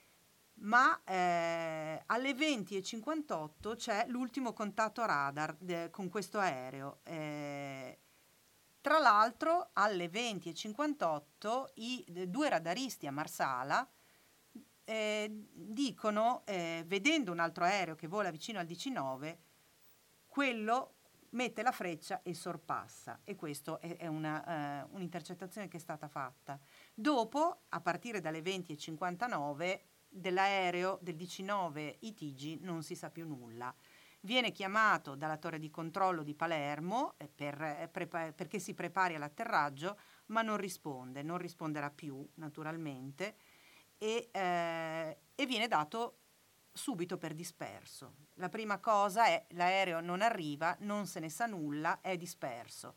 ma eh, alle venti e cinquantotto c'è l'ultimo contatto radar de, con questo aereo. Eh, tra l'altro alle venti e cinquantotto i de, due radaristi a Marsala eh, dicono, eh, vedendo un altro aereo che vola vicino al D C nove, quello mette la freccia e sorpassa, e questo è, è una, uh, un'intercettazione che è stata fatta. Dopo, a partire dalle venti e cinquantanove, dell'aereo del D C nove I T G non si sa più nulla. Viene chiamato dalla torre di controllo di Palermo eh, per, eh, prepa- perché si prepari all'atterraggio, ma non risponde, non risponderà più naturalmente, e, eh, e viene dato subito per disperso. La prima cosa è l'aereo non arriva, non se ne sa nulla, è disperso.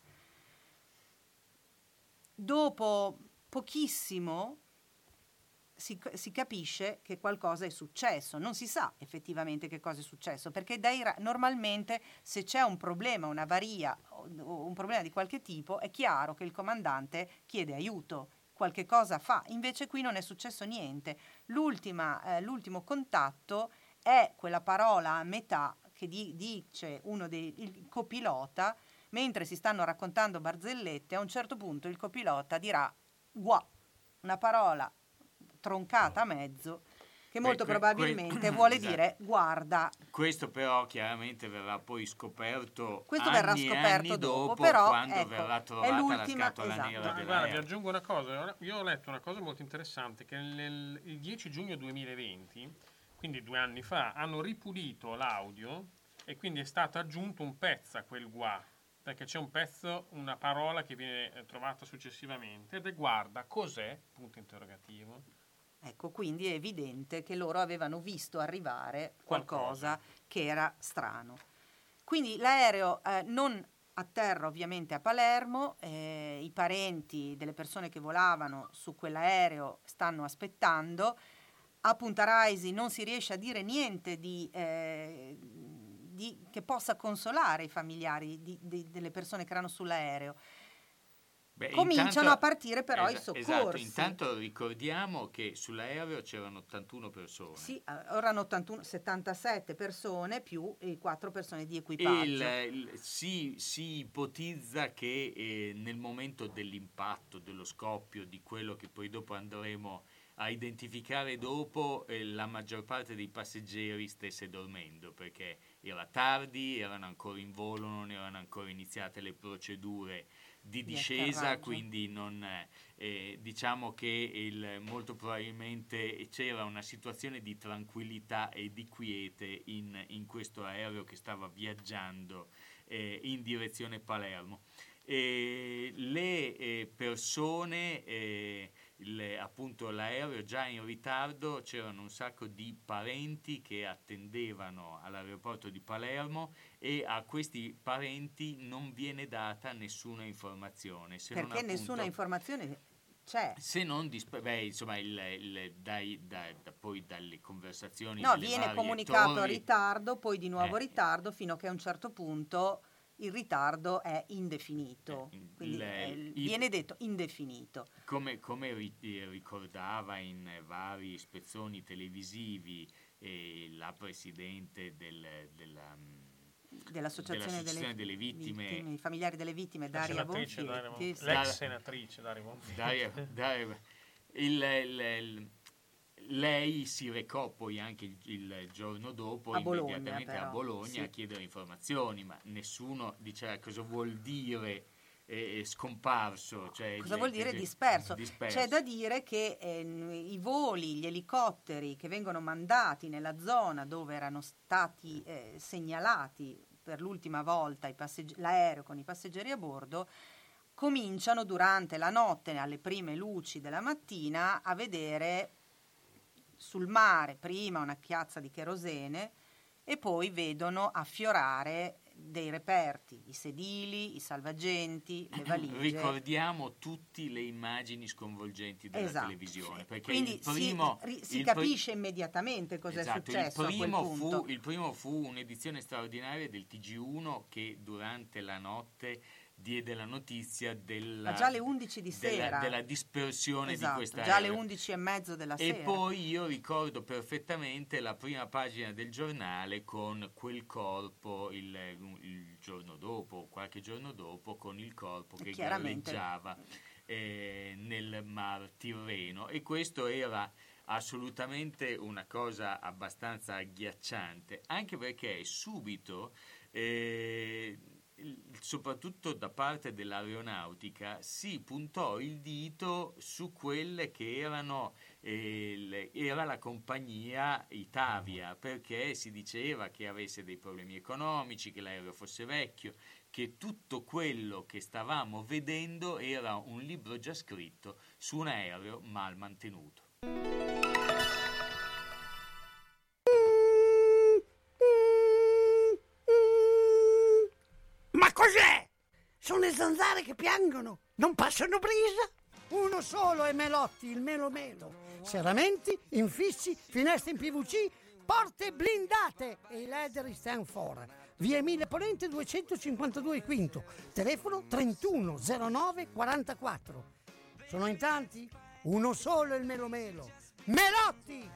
Dopo pochissimo si, si capisce che qualcosa è successo, non si sa effettivamente che cosa è successo, perché dai, normalmente se c'è un problema, un'avaria o un problema di qualche tipo, è chiaro che il comandante chiede aiuto, qualche cosa fa, invece qui non è successo niente. L'ultima, eh, l'ultimo contatto è quella parola a metà che di, dice uno dei il copilota, mentre si stanno raccontando barzellette, a un certo punto il copilota dirà gua, una parola troncata a mezzo, che molto que, que, probabilmente que, vuole esatto. dire guarda. Questo però chiaramente verrà poi scoperto Questo anni verrà scoperto anni dopo, dopo però, quando ecco, verrà trovata la scatola esatto. nera dell'aereo. Guarda, vi aggiungo una cosa, io ho letto una cosa molto interessante, che nel, il dieci giugno duemilaventi, quindi due anni fa, hanno ripulito l'audio e quindi è stato aggiunto un pezzo a quel gua, perché c'è un pezzo, una parola che viene trovata successivamente ed è guarda, cos'è? Punto interrogativo. Ecco, quindi è evidente che loro avevano visto arrivare qualcosa, qualcosa. che era strano. Quindi l'aereo eh, non atterra ovviamente a Palermo, eh, i parenti delle persone che volavano su quell'aereo stanno aspettando. A Punta Raisi non si riesce a dire niente di, eh, di, che possa consolare i familiari di, di, delle persone che erano sull'aereo. Beh, cominciano intanto, a partire però es- i soccorsi. Esatto, intanto ricordiamo che sull'aereo c'erano ottantuno persone. Sì, erano ottantuno, settantasette persone più e quattro persone di equipaggio. Il, il, si, si ipotizza che eh, nel momento dell'impatto, dello scoppio, di quello che poi dopo andremo a identificare dopo, eh, la maggior parte dei passeggeri stesse dormendo, perché era tardi, erano ancora in volo, non erano ancora iniziate le procedure di discesa, quindi non, eh, diciamo che il, molto probabilmente c'era una situazione di tranquillità e di quiete in, in questo aereo che stava viaggiando eh, in direzione Palermo. E le eh, persone, eh, le, appunto l'aereo già in ritardo, c'erano un sacco di parenti che attendevano all'aeroporto di Palermo e a questi parenti non viene data nessuna informazione. Se Perché non, appunto, nessuna informazione c'è. Se non, disp- beh, insomma, il, il, dai, da, da, poi dalle conversazioni... No, viene comunicato torri, a ritardo, poi di nuovo eh, ritardo, fino a che a un certo punto... il ritardo è indefinito, quindi le, eh, i, viene detto indefinito. Come, come ri, ricordava in vari spezzoni televisivi eh, la presidente del, della, dell'Associazione, dell'Associazione delle, delle Vittime, vittime, i familiari delle vittime, Daria Bonfietti, Daria, l'ex senatrice Daria Bonfietti. Daria, Daria, il, il, il, lei si recò poi anche il, il giorno dopo a Bologna, immediatamente però, a Bologna sì. a chiedere informazioni, ma nessuno diceva cosa vuol dire eh, scomparso. Cioè cosa il, vuol dire il, disperso? disperso? C'è da dire che eh, i voli, gli elicotteri che vengono mandati nella zona dove erano stati eh, segnalati per l'ultima volta i passeggi- l'aereo con i passeggeri a bordo, cominciano durante la notte, alle prime luci della mattina, a vedere sul mare prima una chiazza di cherosene e poi vedono affiorare dei reperti, i sedili, i salvagenti, le valigie. Ricordiamo tutti le immagini sconvolgenti della esatto, televisione, perché quindi il primo, si, ri, si il capisce pri- immediatamente cosa esatto, è successo il primo a quel punto. Fu, il primo fu un'edizione straordinaria del T G uno che durante la notte diede la notizia della, ma già alle undici di della, sera della dispersione esatto, di questa già alle undici e mezzo della e sera. E poi io ricordo perfettamente la prima pagina del giornale con quel corpo il, il giorno dopo, qualche giorno dopo, con il corpo che galleggiava eh, nel Mar Tirreno, e questo era assolutamente una cosa abbastanza agghiacciante, anche perché subito eh, soprattutto da parte dell'aeronautica si puntò il dito su quelle che erano eh, le, era la compagnia Itavia, perché si diceva che avesse dei problemi economici, che l'aereo fosse vecchio, che tutto quello che stavamo vedendo era un libro già scritto su un aereo mal mantenuto. Ma cos'è? Sono le zanzare che piangono, non passano brisa? Uno solo è Melotti, il Melo Melo. Serramenti, infissi, finestre in P V C, porte blindate e i leder stand for. Via Emile Ponente duecentocinquantadue Quinto, telefono trentuno zero nove quarantaquattro. Sono in tanti? Uno solo è il Melo Melo. Melotti!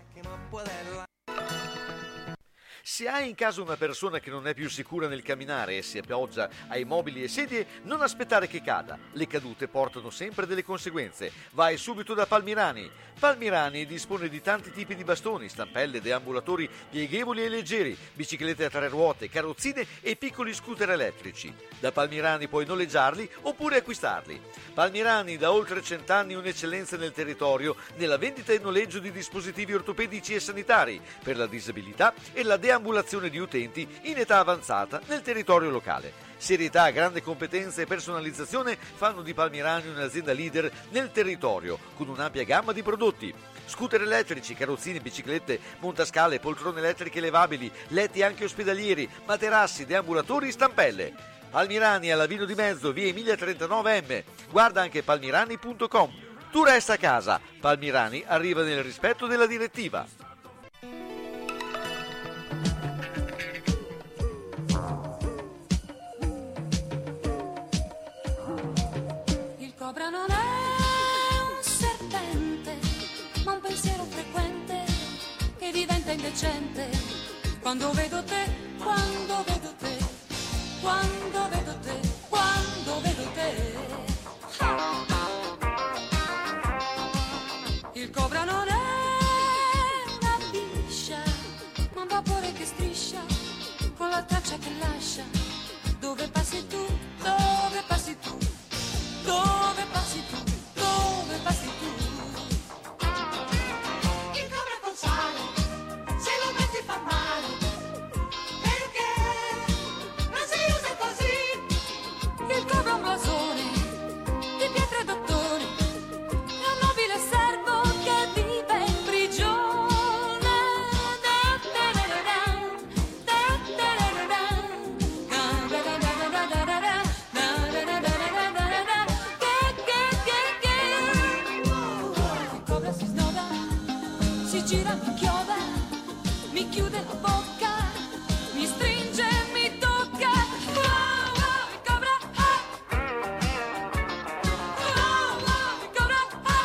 Se hai in casa una persona che non è più sicura nel camminare e si appoggia ai mobili e sedie, non aspettare che cada. Le cadute portano sempre delle conseguenze. Vai subito da Palmirani. Palmirani dispone di tanti tipi di bastoni, stampelle, deambulatori pieghevoli e leggeri, biciclette a tre ruote, carrozzine e piccoli scooter elettrici. Da Palmirani puoi noleggiarli oppure acquistarli. Palmirani, da oltre cent'anni un'eccellenza nel territorio nella vendita e noleggio di dispositivi ortopedici e sanitari per la disabilità e la deambulazione di utenti in età avanzata nel territorio locale. Serietà, grande competenza e personalizzazione fanno di Palmirani un'azienda leader nel territorio, con un'ampia gamma di prodotti. Scooter elettrici, carrozzine, biciclette, montascale, poltrone elettriche levabili, letti anche ospedalieri, materassi, deambulatori, stampelle. Palmirani alla Vino di Mezzo, via Emilia trentanove M. Guarda anche palmirani punto com. Tu resta a casa. Palmirani arriva nel rispetto della direttiva. cobra non è un serpente, ma un pensiero frequente che diventa indecente quando vedo te, quando vedo te, quando vedo te, quando vedo te. Il cobra non è una biscia, ma un vapore che striscia con la traccia che lascia. Dove passi tu, dove passi tu, dove passi tu, dove passi tu. Il cobra col sale, se lo metti fa male, perché non si usa così. Il cobra è un blasone di pietre e d'ottone, è un nobile servo che vive in prigione. Gira, mi chioda, mi chiude la bocca, mi stringe, mi tocca. Oh, oh, il cobra, ah. Oh, oh, il cobra,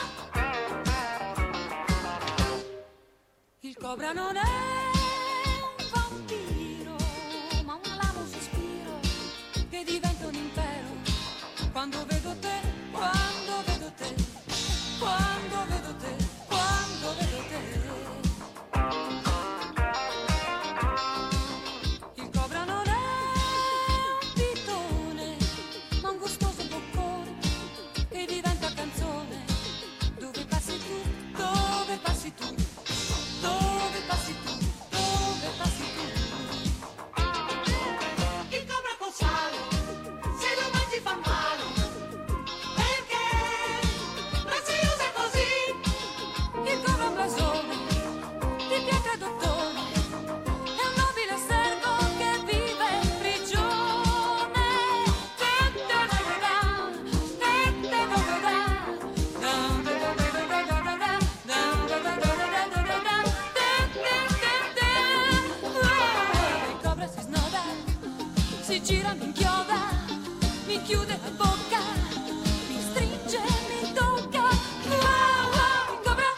ah. Il cobra non è un vampiro, ma un lamo sospiro che diventa un impero. Quando vedo te, quando vedo te, quando vedo te, quando vedo te. Il cobra non è un pitone, ma un gustoso boccone che diventa canzone. Dove passi tu, dove passi tu, dove passi tu, dove passi tu. Il cobra col sale, se lo mangi fa male, perché non si usa così. Il cobra è un blasone di pietre e d'ottone, è un nobile servo che vive in prigione. Il cobra si snoda, si gira, mi inchioda, mi chiude la bocca, mi stringe, mi tocca. Wow, wow, il cobra,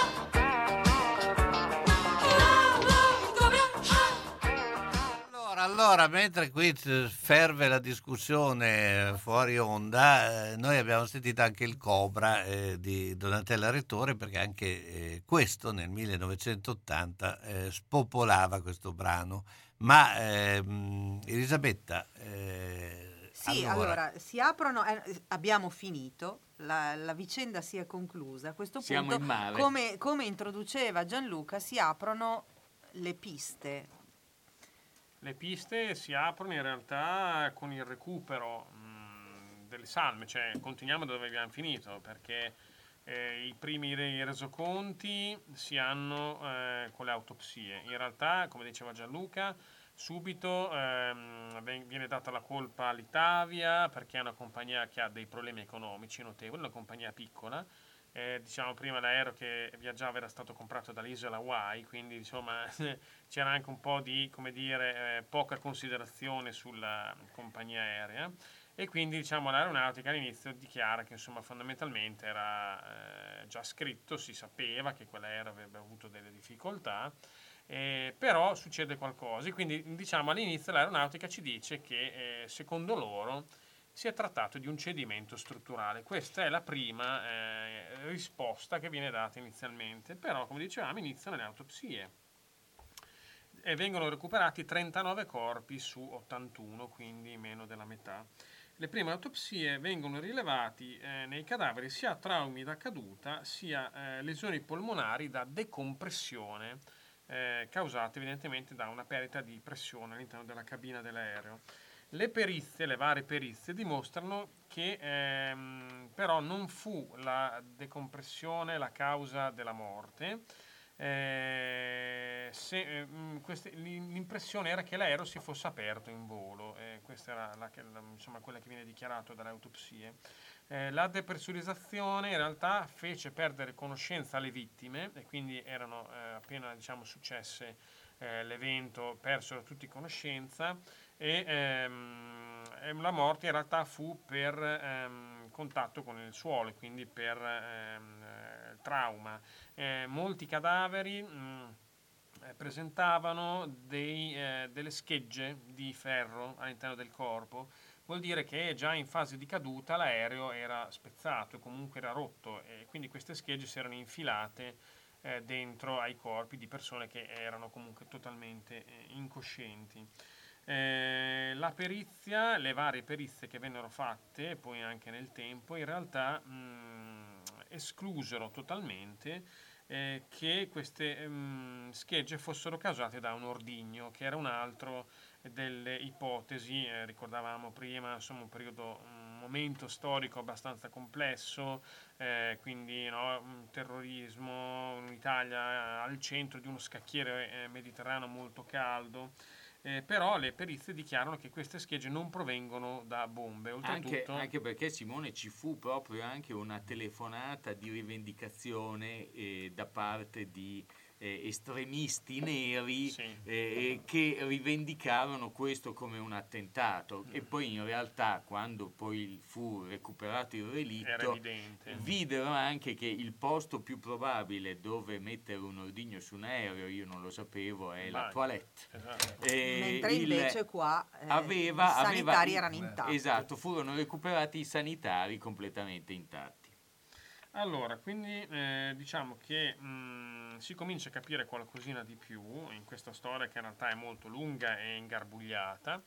Allora, allora, mentre qui t- ferve la discussione fuori onda, eh, noi abbiamo sentito anche il Cobra eh, di Donatella Rettore, perché anche eh, questo nel millenovecentottanta eh, spopolava questo brano. Ma ehm, Elisabetta, eh, Sì, allora, allora, si aprono, eh, abbiamo finito, la, la vicenda si è conclusa. A questo Siamo punto, in mare. come, come introduceva Gianluca, si aprono le piste. Le piste si aprono in realtà con il recupero mh, delle salme, cioè continuiamo dove abbiamo finito, perché eh, i primi re- resoconti si hanno eh, con le autopsie. In realtà, come diceva Gianluca, subito ehm, ven- viene data la colpa all'Itavia, perché è una compagnia che ha dei problemi economici notevoli, una compagnia piccola. Eh, diciamo prima l'aereo che viaggiava era stato comprato dall'isola Hawaii, quindi insomma c'era anche un po' di, come dire, eh, poca considerazione sulla compagnia aerea, e quindi diciamo l'aeronautica all'inizio dichiara che insomma fondamentalmente era eh, già scritto, si sapeva che quell'aereo avrebbe avuto delle difficoltà, eh, però succede qualcosa, e quindi diciamo all'inizio l'aeronautica ci dice che eh, secondo loro si è trattato di un cedimento strutturale. Questa è la prima eh, risposta che viene data inizialmente, però come dicevamo iniziano le autopsie e vengono recuperati trentanove corpi su ottantuno, quindi meno della metà. Le prime autopsie vengono rilevati eh, nei cadaveri sia traumi da caduta sia eh, lesioni polmonari da decompressione eh, causate evidentemente da una perdita di pressione all'interno della cabina dell'aereo. Le perizie, le varie perizie dimostrano che ehm, però non fu la decompressione la causa della morte. Eh, se, eh, queste, l'impressione era che l'aereo si fosse aperto in volo, eh, questa era la, la, insomma, quella che viene dichiarato dalle autopsie. Eh, la depressurizzazione in realtà fece perdere conoscenza alle vittime, e quindi erano eh, appena diciamo, successe eh, l'evento, persero tutti conoscenza, e ehm, la morte in realtà fu per ehm, contatto con il suolo e quindi per ehm, eh, trauma. Eh, molti cadaveri mh, eh, presentavano dei, eh, delle schegge di ferro all'interno del corpo. Vuol dire che già in fase di caduta l'aereo era spezzato, comunque era rotto, e quindi queste schegge si erano infilate eh, dentro ai corpi di persone che erano comunque totalmente eh, incoscienti. Eh, la perizia, le varie perizie che vennero fatte poi anche nel tempo, in realtà mh, esclusero totalmente eh, che queste mh, schegge fossero causate da un ordigno, che era un altro delle ipotesi. Eh, ricordavamo prima, insomma, un periodo, un momento storico abbastanza complesso, eh, quindi no, un terrorismo, un'Italia al centro di uno scacchiere eh, mediterraneo molto caldo. Eh, però le perizie dichiarano che queste schegge non provengono da bombe. Anche, Oltretutto, anche perché, Simone, ci fu proprio anche una telefonata di rivendicazione eh, da parte di eh, estremisti neri sì. eh, che rivendicarono questo come un attentato mm. e poi in realtà, quando poi fu recuperato il relitto, videro anche che il posto più probabile dove mettere un ordigno su un aereo, io non lo sapevo, è la toilette. Esatto. Eh, mentre il, invece qua eh, aveva, i sanitari aveva, erano intatti. Esatto, furono recuperati i sanitari completamente intatti. Allora, quindi eh, diciamo che mh, si comincia a capire qualcosina di più in questa storia, che in realtà è molto lunga e ingarbugliata.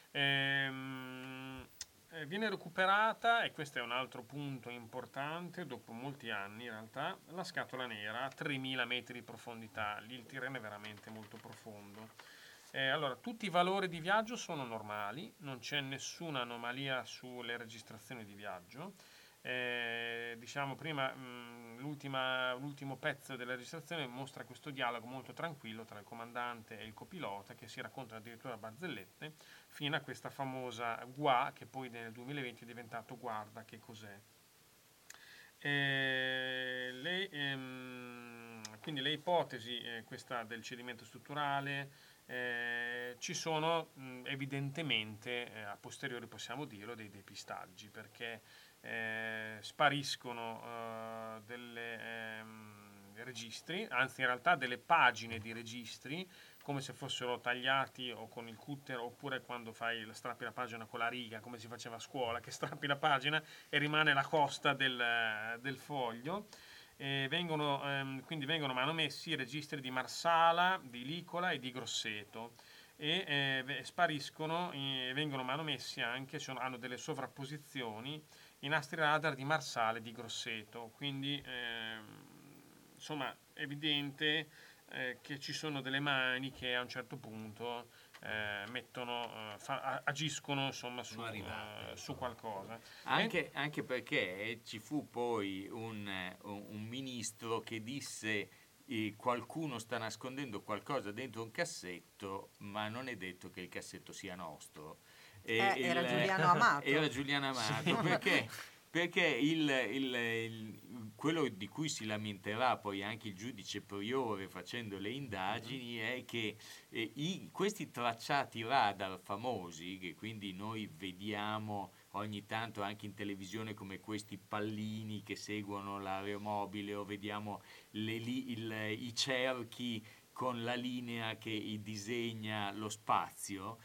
Ehm, eh, viene recuperata, e questo è un altro punto importante, dopo molti anni in realtà, la scatola nera a tremila metri di profondità. Lì il Tirreno è veramente molto profondo. Eh, allora, tutti i valori di viaggio sono normali, non c'è nessuna anomalia sulle registrazioni di viaggio. Eh, diciamo prima mh, l'ultima, l'ultimo pezzo della registrazione mostra questo dialogo molto tranquillo tra il comandante e il copilota, che si raccontano addirittura barzellette, fino a questa famosa G U A, che poi nel duemilaventi è diventato Guarda che cos'è. Eh, le, ehm, quindi le ipotesi, eh, questa del cedimento strutturale, eh, ci sono mh, evidentemente, eh, a posteriori possiamo dirlo, dei depistaggi, perché eh, spariscono eh, delle ehm, registri, anzi in realtà delle pagine di registri, come se fossero tagliati o con il cutter, oppure quando fai strappi la pagina con la riga, come si faceva a scuola, che strappi la pagina e rimane la costa del, del foglio. E vengono, ehm, quindi vengono manomessi i registri di Marsala, di Licola e di Grosseto, e eh, spariscono e vengono manomessi anche, cioè, hanno delle sovrapposizioni, i nastri radar di Marsala e di Grosseto. Quindi ehm, insomma è evidente eh, che ci sono delle mani che a un certo punto eh, mettono, eh, fa, agiscono insomma su, eh, su qualcosa. Anche, anche perché ci fu poi un, un, un ministro che disse eh, qualcuno sta nascondendo qualcosa dentro un cassetto, ma non è detto che il cassetto sia nostro. Eh, il, era Giuliano Amato. Era Giuliano Amato, sì. perché, perché il, il, il, quello di cui si lamenterà poi anche il giudice priore facendo le indagini mm-hmm. è che eh, i, questi tracciati radar famosi, che quindi noi vediamo ogni tanto anche in televisione come questi pallini che seguono l'aeromobile, o vediamo le, il, i cerchi con la linea che disegna lo spazio,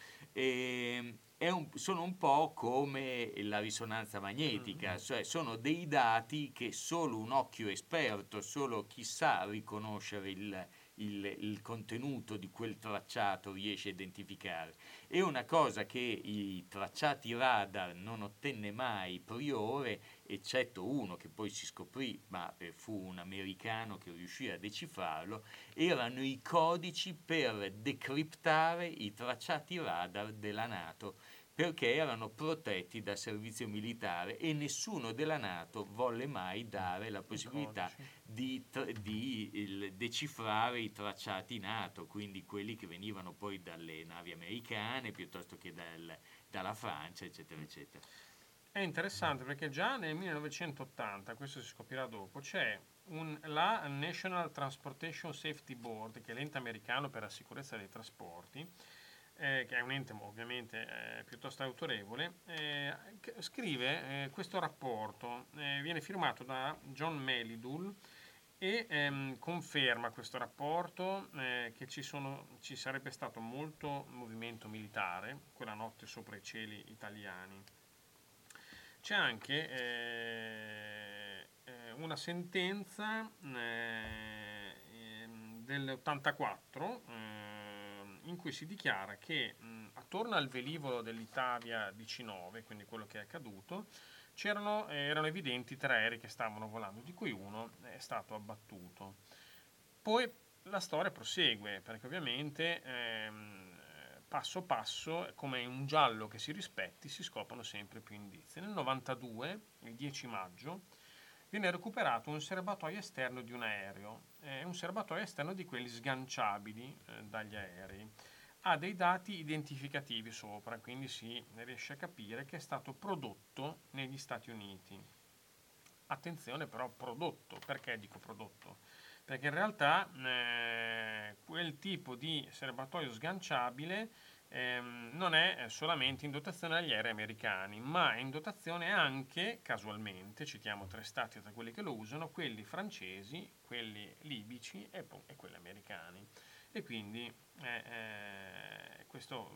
e, È un, sono un po' come la risonanza magnetica, mm-hmm. cioè sono dei dati che solo un occhio esperto, solo chi sa riconoscere il, il, il contenuto di quel tracciato riesce a identificare. È una cosa che i tracciati radar non ottenne mai Priore, eccetto uno che poi si scoprì, ma fu un americano che riuscì a decifrarlo, erano i codici per decriptare i tracciati radar della NATO, perché erano protetti dal servizio militare e nessuno della NATO volle mai dare la possibilità di, di il, decifrare i tracciati NATO, quindi quelli che venivano poi dalle navi americane piuttosto che dal, dalla Francia, eccetera, eccetera. È interessante perché già nel millenovecentottanta, questo si scoprirà dopo, c'è un, la National Transportation Safety Board, che è l'ente americano per la sicurezza dei trasporti, eh, che è un ente ovviamente eh, piuttosto autorevole, eh, scrive eh, questo rapporto, eh, viene firmato da John Melidul e ehm, conferma questo rapporto eh, che ci, sono, ci sarebbe stato molto movimento militare quella notte sopra i cieli italiani. C'è anche eh, eh, una sentenza eh, dell'ottantaquattro eh, in cui si dichiara che mh, attorno al velivolo dell'Itavia diciannove, quindi quello che è accaduto, c'erano, eh, erano evidenti tre aerei che stavano volando, di cui uno è stato abbattuto. Poi la storia prosegue, perché ovviamente ehm, passo passo, come un giallo che si rispetti, si scoprono sempre più indizi. Nel novantadue, il dieci maggio, viene recuperato un serbatoio esterno di un aereo, è un serbatoio esterno di quelli sganciabili eh, dagli aerei. Ha dei dati identificativi sopra, quindi si riesce a capire che è stato prodotto negli Stati Uniti. Attenzione però, prodotto. Perché dico prodotto? Perché in realtà eh, quel tipo di serbatoio sganciabile ehm, non è solamente in dotazione agli aerei americani, ma è in dotazione anche, casualmente, citiamo tre stati tra quelli che lo usano, quelli francesi, quelli libici e, e quelli americani. E quindi eh, eh, questo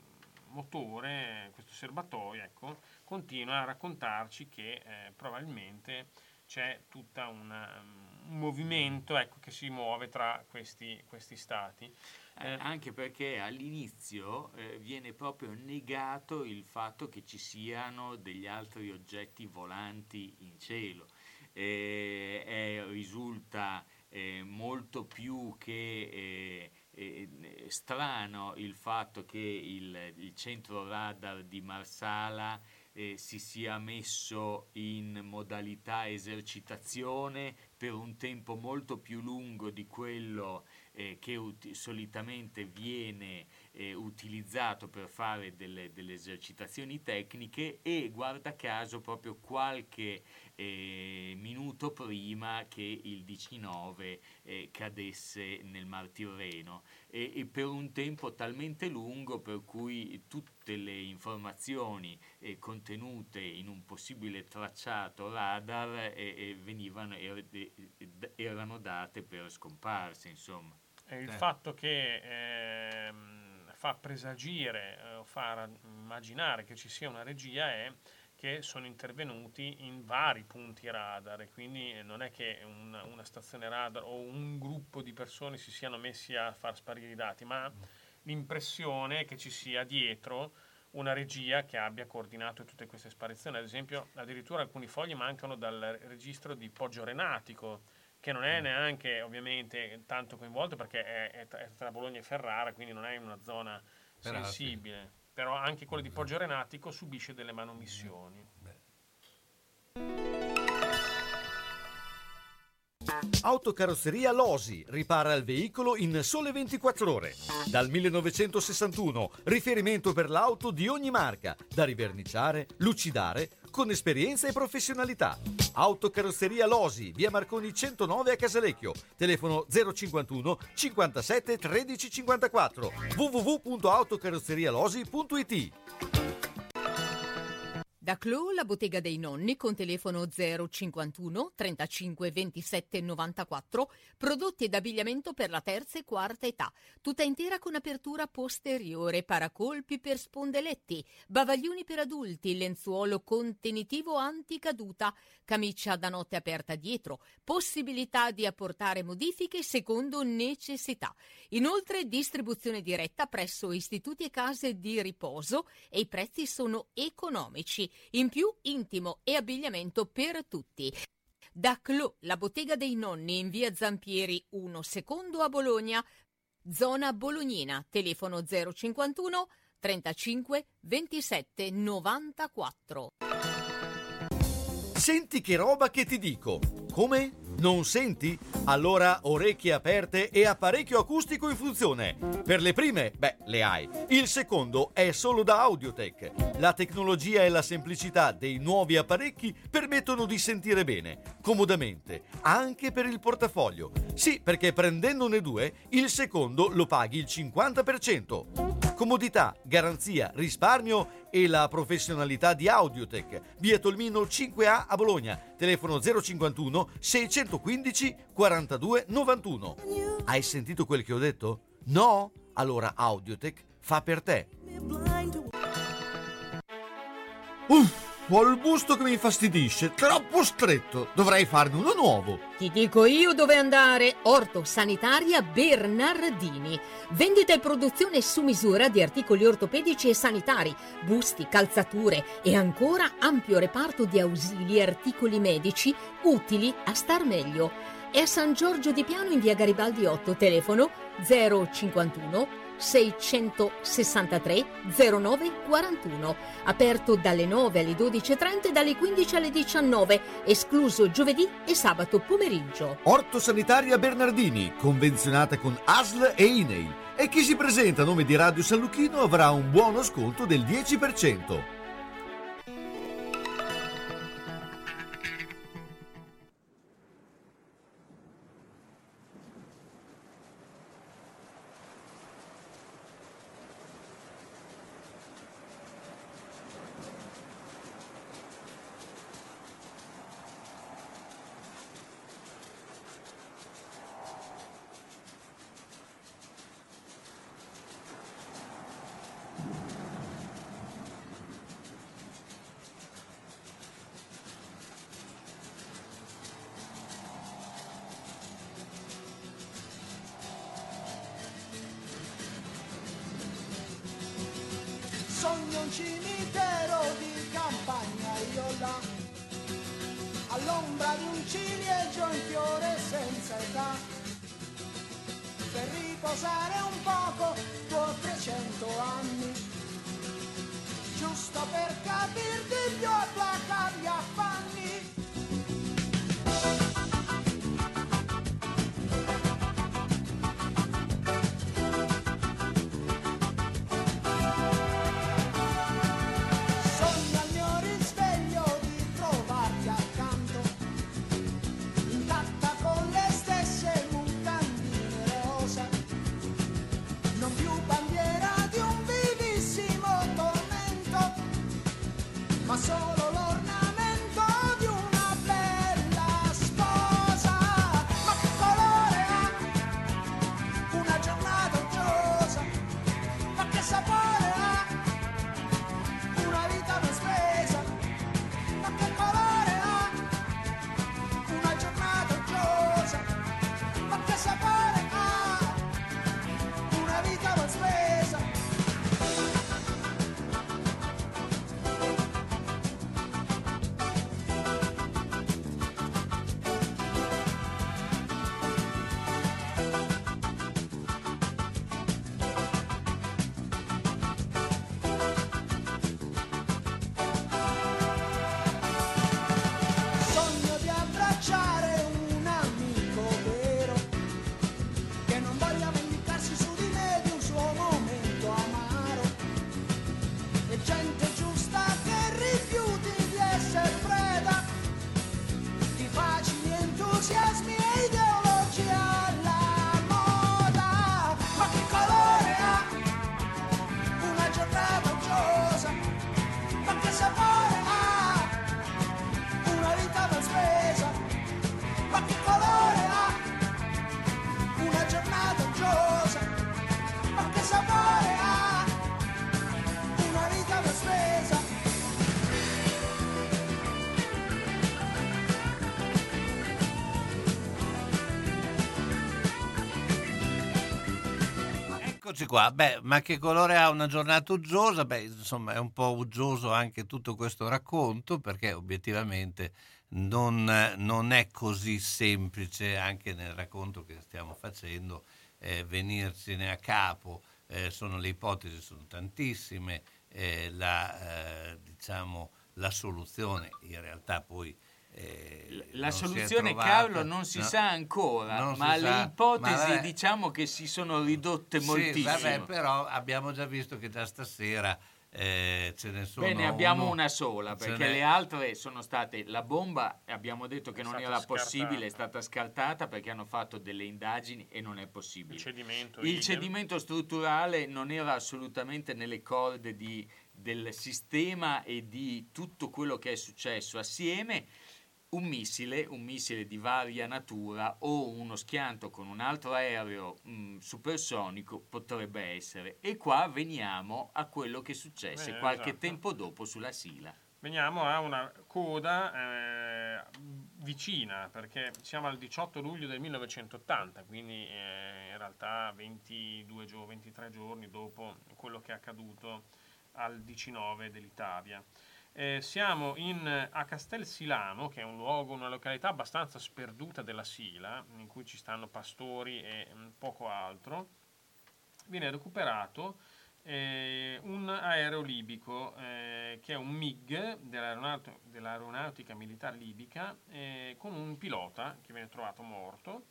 motore, questo serbatoio, ecco, continua a raccontarci che eh, probabilmente c'è tutto un movimento, ecco, che si muove tra questi, questi stati. Eh, anche perché all'inizio eh, viene proprio negato il fatto che ci siano degli altri oggetti volanti in cielo. Eh, eh, risulta eh, molto più che eh, eh, strano il fatto che il, il centro radar di Marsala eh, si sia messo in modalità esercitazione per un tempo molto più lungo di quello eh, che ut- solitamente viene eh, utilizzato per fare delle, delle esercitazioni tecniche, e guarda caso proprio qualche eh, minuto prima che il diciannove eh, cadesse nel Mar Tirreno, e, e per un tempo talmente lungo per cui tutte le informazioni eh, contenute in un possibile tracciato radar eh, eh, venivano er- erano date per scomparse, insomma. Il eh. fatto che ehm, fa presagire o eh, fa immaginare che ci sia una regia è che sono intervenuti in vari punti radar, e quindi non è che una, una stazione radar o un gruppo di persone si siano messi a far sparire i dati, ma mm. l'impressione è che ci sia dietro una regia che abbia coordinato tutte queste sparizioni. Ad esempio, addirittura alcuni fogli mancano dal registro di Poggio Renatico, che non è neanche ovviamente tanto coinvolto perché è, è, è tra Bologna e Ferrara, quindi non è in una zona Però, sensibile. Sì. Però anche quello di Poggio Renatico subisce delle manomissioni. Autocarrozzeria Losi ripara il veicolo in sole ventiquattro ore. Dal millenovecentosessantuno, riferimento per l'auto di ogni marca, da riverniciare, lucidare, con esperienza e professionalità. Autocarrozzeria Losi, via Marconi centonove a Casalecchio, telefono zero cinquantuno cinquantasette tredici cinquantaquattro, w w w punto autocarrozzerialosi punto i t. Da Clou, la bottega dei nonni, con telefono zero cinquantuno trentacinque ventisette novantaquattro, prodotti ed abbigliamento per la terza e quarta età, tutta intera con apertura posteriore, paracolpi per spondeletti, bavaglioni per adulti, lenzuolo contenitivo anticaduta, camicia da notte aperta dietro, possibilità di apportare modifiche secondo necessità. Inoltre distribuzione diretta presso istituti e case di riposo, e i prezzi sono economici. In più, intimo e abbigliamento per tutti. Da Clou, la bottega dei nonni, in via Zampieri uno secondo a Bologna, zona bolognina, telefono zero cinquantuno trentacinque ventisette novantaquattro. Senti che roba che ti dico. Come? Non senti? Allora orecchie aperte e apparecchio acustico in funzione. Per le prime, beh, le hai. Il secondo è solo da Audiotech. La tecnologia e la semplicità dei nuovi apparecchi permettono di sentire bene, comodamente, anche per il portafoglio. Sì, perché prendendone due, il secondo lo paghi il cinquanta per cento. Comodità, garanzia, risparmio e la professionalità di Audiotech. Via Tolmino cinque A a Bologna. Telefono zero cinquantuno seicentoquindici quarantadue novantuno. Hai sentito quel che ho detto? No? Allora Audiotech fa per te. Uff, ho il busto che mi infastidisce, troppo stretto. Dovrei farne uno nuovo. Ti dico io dove andare. Orto Sanitaria Bernardini. Vendita e produzione su misura di articoli ortopedici e sanitari, busti, calzature e ancora ampio reparto di ausili e articoli medici utili a star meglio. È a San Giorgio di Piano in via Garibaldi otto, telefono zero cinquantuno seicentosessantatré zero nove quarantuno. Aperto dalle nove alle dodici e trenta e dalle quindici alle diciannove, escluso giovedì e sabato pomeriggio. Orto Sanitaria Bernardini, convenzionata con A S L e I N E I. E chi si presenta a nome di Radio San Lucchino avrà un buono sconto del dieci per cento. Sogno un cimitero di campagna io là, all'ombra di un ciliegio in fiore senza età, per riposare un poco tuoi trecento anni, giusto per capirti più e placare gli affanni. Ma solo l'ornamento di una bella sposa. Ma che colore ha una giornata uggiosa? Ma che sapore ha una vita ben spesa? Ma che colore ha una giornata uggiosa? Ma che sapore ha una vita ben spesa? Sogno di abbracciare un amico vero che non voglia vendicarsi su di me di un suo momento amaro, e gente giusta che rifiuti di essere preda di facili entusiasmi e ideologie alla moda. Ma che colore ha una giornata uggiosa? Ma che sapore ha una vita ben spesa? Ma che colore ha una giornata uggiosa? Ma che sapore ha una vita ben spesa? Eccoci qua. Beh, ma che colore ha una giornata uggiosa? Beh, insomma, è un po' uggioso anche tutto questo racconto, perché obiettivamente non, non è così semplice, anche nel racconto che stiamo facendo, eh, venircene a capo. Eh, sono le ipotesi, sono tantissime, eh, la, eh, diciamo, la soluzione in realtà poi eh, La non si è soluzione, trovata. Carlo, non si No, sa ancora, non si ma le sa, ipotesi ma vabbè. diciamo che si sono ridotte Sì, moltissimo. vabbè, però abbiamo già visto che già stasera Eh, ce ne sono Bene, abbiamo uno, una sola, ce perché n'è- le altre sono state la bomba, abbiamo detto che È non stata era scartata. possibile, è stata scartata perché hanno fatto delle indagini e non è possibile. Il cedimento, Il idem. cedimento strutturale non era assolutamente nelle corde di- del sistema e di tutto quello che è successo assieme. Un missile, un missile di varia natura o uno schianto con un altro aereo mh, supersonico potrebbe essere. E qua veniamo a quello che successe Eh, qualche esatto. tempo dopo sulla Sila. Veniamo a una coda eh, vicina, perché siamo al diciotto luglio del millenovecentottanta, quindi eh, in realtà ventidue gio- ventitré giorni dopo quello che è accaduto al diciannove dell'Itavia. Eh, siamo in, a Castel Silano, che è un luogo, una località abbastanza sperduta della Sila, in cui ci stanno pastori e mh, poco altro. Viene recuperato eh, un aereo libico eh, che è un M I G dell'aeronaut- dell'aeronautica militare libica eh, con un pilota che viene trovato morto.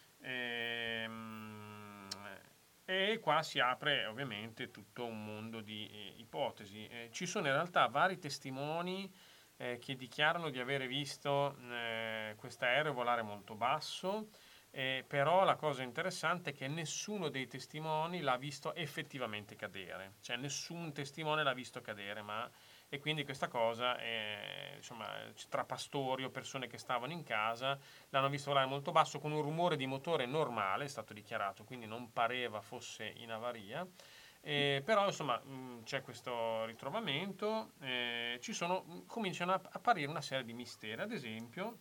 Ehm, E qua si apre ovviamente tutto un mondo di eh, ipotesi. Eh, ci sono in realtà vari testimoni eh, che dichiarano di avere visto eh, questo aereo volare molto basso, eh, però la cosa interessante è che nessuno dei testimoni l'ha visto effettivamente cadere, cioè nessun testimone l'ha visto cadere, ma e quindi questa cosa, eh, insomma, tra pastori o persone che stavano in casa l'hanno visto volare molto basso con un rumore di motore normale, è stato dichiarato, quindi non pareva fosse in avaria. Eh, però insomma mh, c'è questo ritrovamento, eh, ci sono, mh, cominciano a apparire una serie di misteri, ad esempio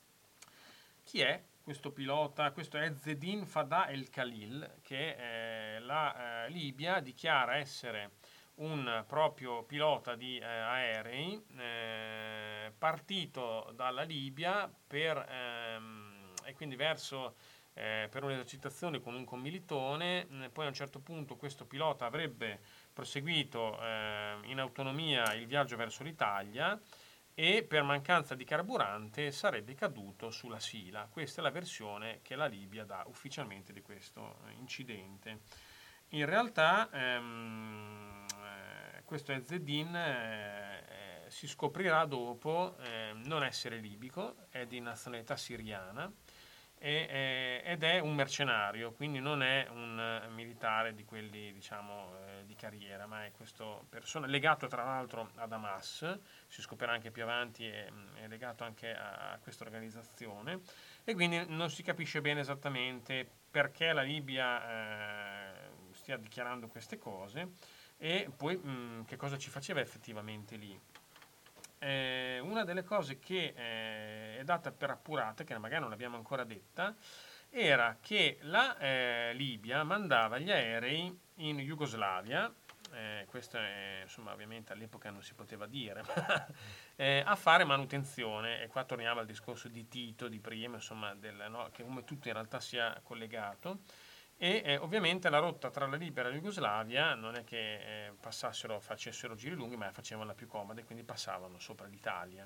chi è questo pilota? Questo è Ezzedine Fada El Khalil, che eh, la eh, Libia dichiara essere un proprio pilota di eh, aerei eh, partito dalla Libia per, ehm, e quindi verso eh, per un'esercitazione con un commilitone. Eh, poi a un certo punto questo pilota avrebbe proseguito eh, in autonomia il viaggio verso l'Italia e per mancanza di carburante sarebbe caduto sulla Sila. Questa è la versione che la Libia dà ufficialmente di questo incidente. In realtà ehm, eh, questo Ezzedine eh, eh, si scoprirà dopo eh, non essere libico, è di nazionalità siriana e, eh, ed è un mercenario, quindi non è un eh, militare di quelli diciamo eh, di carriera, ma è questo persona legato tra l'altro ad Hamas, si scoprirà anche più avanti, è, è legato anche a, a questa organizzazione e quindi non si capisce bene esattamente perché la Libia eh, stia dichiarando queste cose e poi mh, che cosa ci faceva effettivamente lì. Eh, una delle cose che eh, è data per appurata, che magari non abbiamo ancora detta, era che la eh, Libia mandava gli aerei in Jugoslavia, eh, questo è, insomma ovviamente all'epoca non si poteva dire, ma, eh, a fare manutenzione, e qua torniamo al discorso di Tito di prima, insomma, del, no, che come tutto in realtà sia collegato. E eh, ovviamente la rotta tra la Libia e la Jugoslavia non è che eh, passassero, facessero giri lunghi, ma facevano la più comoda e quindi passavano sopra l'Italia.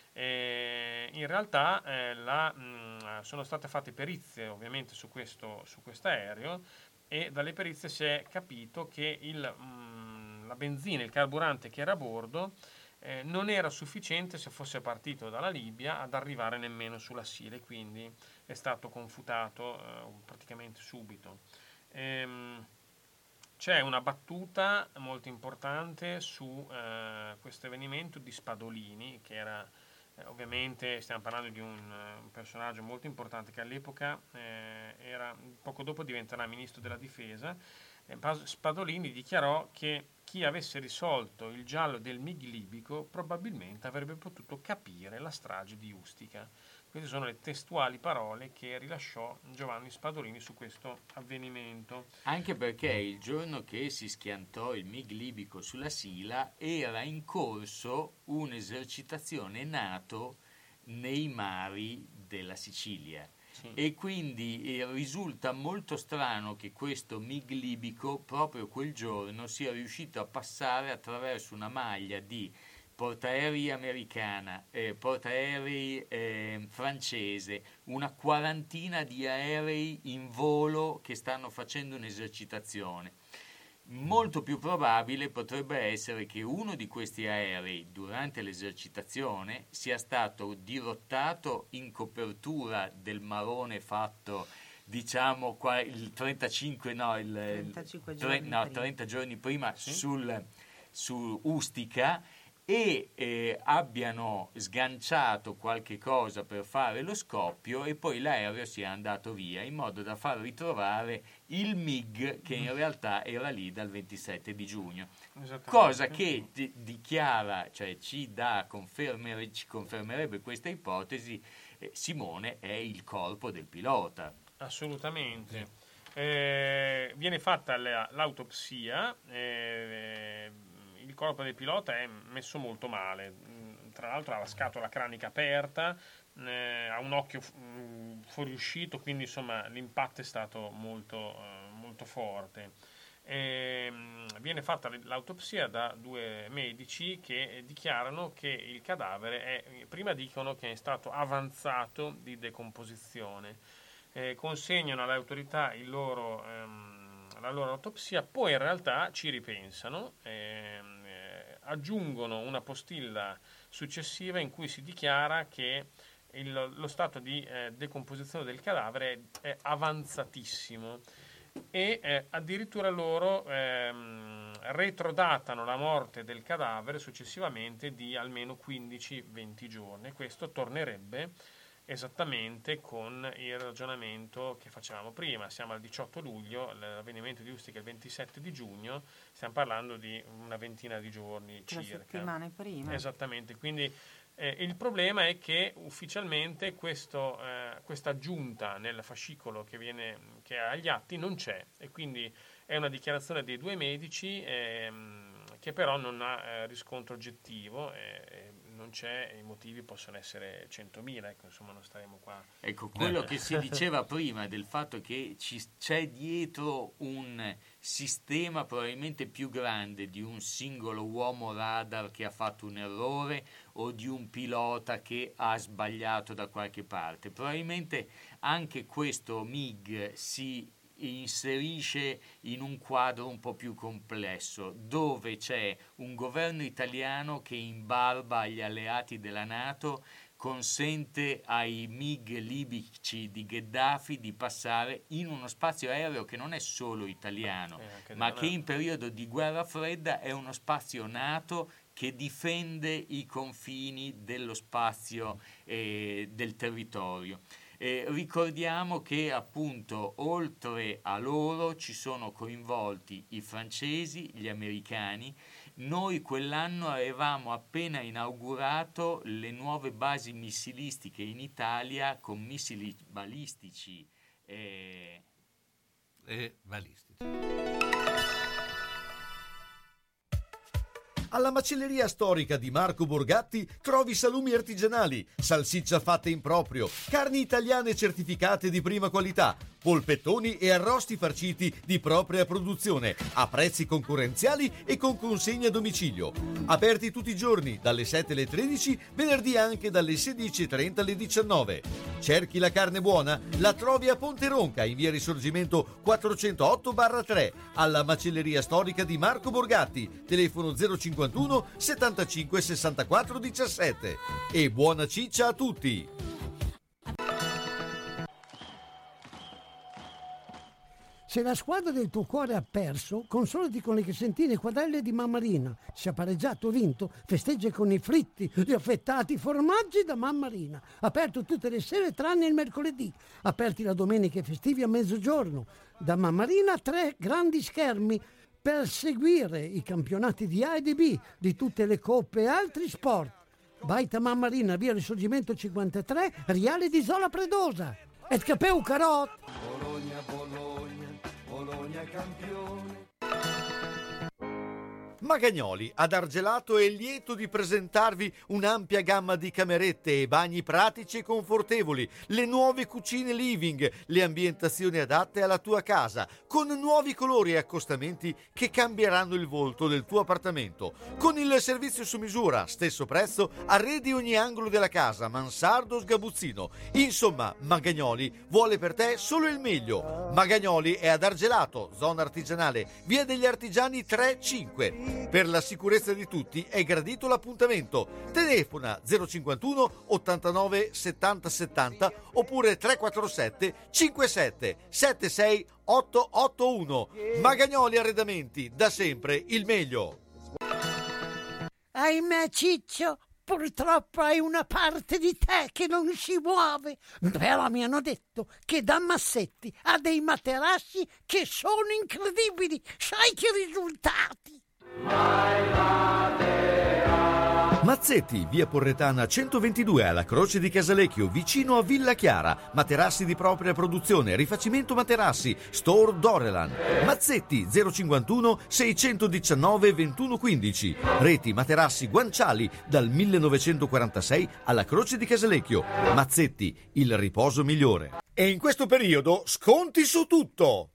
E in realtà eh, la, mh, sono state fatte perizie ovviamente su questo su quest'aereo e dalle perizie si è capito che il, mh, la benzina, il carburante che era a bordo eh, non era sufficiente se fosse partito dalla Libia ad arrivare nemmeno sulla Sila e quindi è stato confutato eh, praticamente subito. Ehm, c'è una battuta molto importante su eh, questo avvenimento di Spadolini, che era eh, ovviamente stiamo parlando di un, un personaggio molto importante che all'epoca eh, era, poco dopo diventerà ministro della difesa. eh, Spadolini dichiarò che chi avesse risolto il giallo del M I G libico probabilmente avrebbe potuto capire la strage di Ustica. Queste sono le testuali parole che rilasciò Giovanni Spadolini su questo avvenimento. Anche perché il giorno che si schiantò il M I G libico sulla Sila era in corso un'esercitazione NATO nei mari della Sicilia. Sì. E quindi eh, risulta molto strano che questo M I G libico proprio quel giorno sia riuscito a passare attraverso una maglia di portaerei americana, eh, portaerei eh, francese, una quarantina di aerei in volo che stanno facendo un'esercitazione. molto più probabile potrebbe essere che uno di questi aerei durante l'esercitazione sia stato dirottato in copertura del marone fatto diciamo qua il trentacinque no il trentacinque il, giorni no, prima. trenta giorni prima sì? sul su Ustica e eh, abbiano sganciato qualche cosa per fare lo scoppio e poi l'aereo sia andato via in modo da far ritrovare il M I G che in realtà era lì dal ventisette di giugno, cosa che di- dichiara, cioè ci dà confermere, ci confermerebbe questa ipotesi, eh, Simone è il corpo del pilota. Assolutamente. Eh, viene fatta la- l'autopsia, eh, il corpo del pilota è messo molto male, tra l'altro ha la scatola cranica aperta, eh, ha un occhio mh, fuoriuscito, quindi insomma l'impatto è stato molto, eh, molto forte. E, mh, viene fatta l'autopsia da due medici che dichiarano che il cadavere è, prima dicono che è in stato avanzato di decomposizione, eh, consegnano alle autorità il loro... Ehm, la loro autopsia, poi in realtà ci ripensano, ehm, eh, aggiungono una postilla successiva in cui si dichiara che il, lo stato di eh, decomposizione del cadavere è, è avanzatissimo e eh, addirittura loro ehm, retrodatano la morte del cadavere successivamente di almeno quindici venti giorni. Questo tornerebbe esattamente con il ragionamento che facevamo prima. Siamo al diciotto luglio, l'avvenimento di Ustica è il ventisette di giugno, stiamo parlando di una ventina di giorni Tre circa. settimane prima. Esattamente, quindi eh, il problema è che ufficialmente questo, eh, questa aggiunta nel fascicolo che, viene, che ha agli atti non c'è e quindi è una dichiarazione dei due medici ehm, che però non ha eh, riscontro oggettivo, eh, non c'è, i motivi possono essere centomila, ecco, insomma non staremo qua. Ecco, quello che si diceva prima del fatto che ci, c'è dietro un sistema probabilmente più grande di un singolo uomo radar che ha fatto un errore o di un pilota che ha sbagliato da qualche parte. Probabilmente anche questo M I G si inserisce in un quadro un po' più complesso, dove c'è un governo italiano che in barba agli alleati della NATO consente ai M I G libici di Gheddafi di passare in uno spazio aereo che non è solo italiano, Eh, ma che in periodo di guerra fredda è uno spazio NATO che difende i confini dello spazio eh, del territorio. Eh, ricordiamo che appunto oltre a loro ci sono coinvolti i francesi, gli americani. Noi quell'anno avevamo appena inaugurato le nuove basi missilistiche in Italia con missili balistici eh... e balistici. Alla macelleria storica di Marco Borgatti trovi salumi artigianali, salsiccia fatta in proprio, carni italiane certificate di prima qualità, polpettoni e arrosti farciti di propria produzione, a prezzi concorrenziali e con consegna a domicilio. Aperti tutti i giorni, dalle sette alle tredici, venerdì anche dalle sedici e trenta alle diciannove. Cerchi la carne buona? La trovi a Ponte Ronca, in via Risorgimento quattrocentootto tre, alla macelleria storica di Marco Borgatti, telefono zero cinquantuno settantacinque sessantaquattro diciassette. E buona ciccia a tutti! Se la squadra del tuo cuore ha perso, consolati con le crescentine e quadrelle di Mammarina. Se ha pareggiato o vinto, festeggia con i fritti, gli affettati formaggi da Mammarina. Aperto tutte le sere tranne il mercoledì. Aperti la domenica e festivi a mezzogiorno. Da Mammarina tre grandi schermi per seguire i campionati di A e di B, di tutte le coppe e altri sport. Baita Mammarina, via Risorgimento cinquantatré, Riale di Zola Predosa. Et capeu carot! Bologna, Bologna, Bologna campione. Magagnoli ad Argelato è lieto di presentarvi un'ampia gamma di camerette e bagni pratici e confortevoli, le nuove cucine living, le ambientazioni adatte alla tua casa, con nuovi colori e accostamenti che cambieranno il volto del tuo appartamento. Con il servizio su misura, stesso prezzo, arredi ogni angolo della casa, mansardo, sgabuzzino. Insomma, Magagnoli vuole per te solo il meglio. Magagnoli è ad Argelato, zona artigianale, via degli Artigiani tre cinque. Per la sicurezza di tutti è gradito l'appuntamento. Telefona zero cinquantuno ottantanove settanta settanta oppure tre quattro sette cinque sette sette sei otto otto uno. Magagnoli Arredamenti, da sempre il meglio. Ahimè, Ciccio, purtroppo hai una parte di te che non si muove. Però mi hanno detto che da Massetti ha dei materassi che sono incredibili. Sai che risultati? Mazzetti, via Porretana centoventidue alla Croce di Casalecchio, vicino a Villa Chiara. Materassi di propria produzione, rifacimento materassi, Store Dorelan. Mazzetti zero cinquantuno seicentodiciannove ventuno quindici. Reti materassi guanciali dal millenovecentoquarantasei alla Croce di Casalecchio. Mazzetti, il riposo migliore. E in questo periodo sconti su tutto.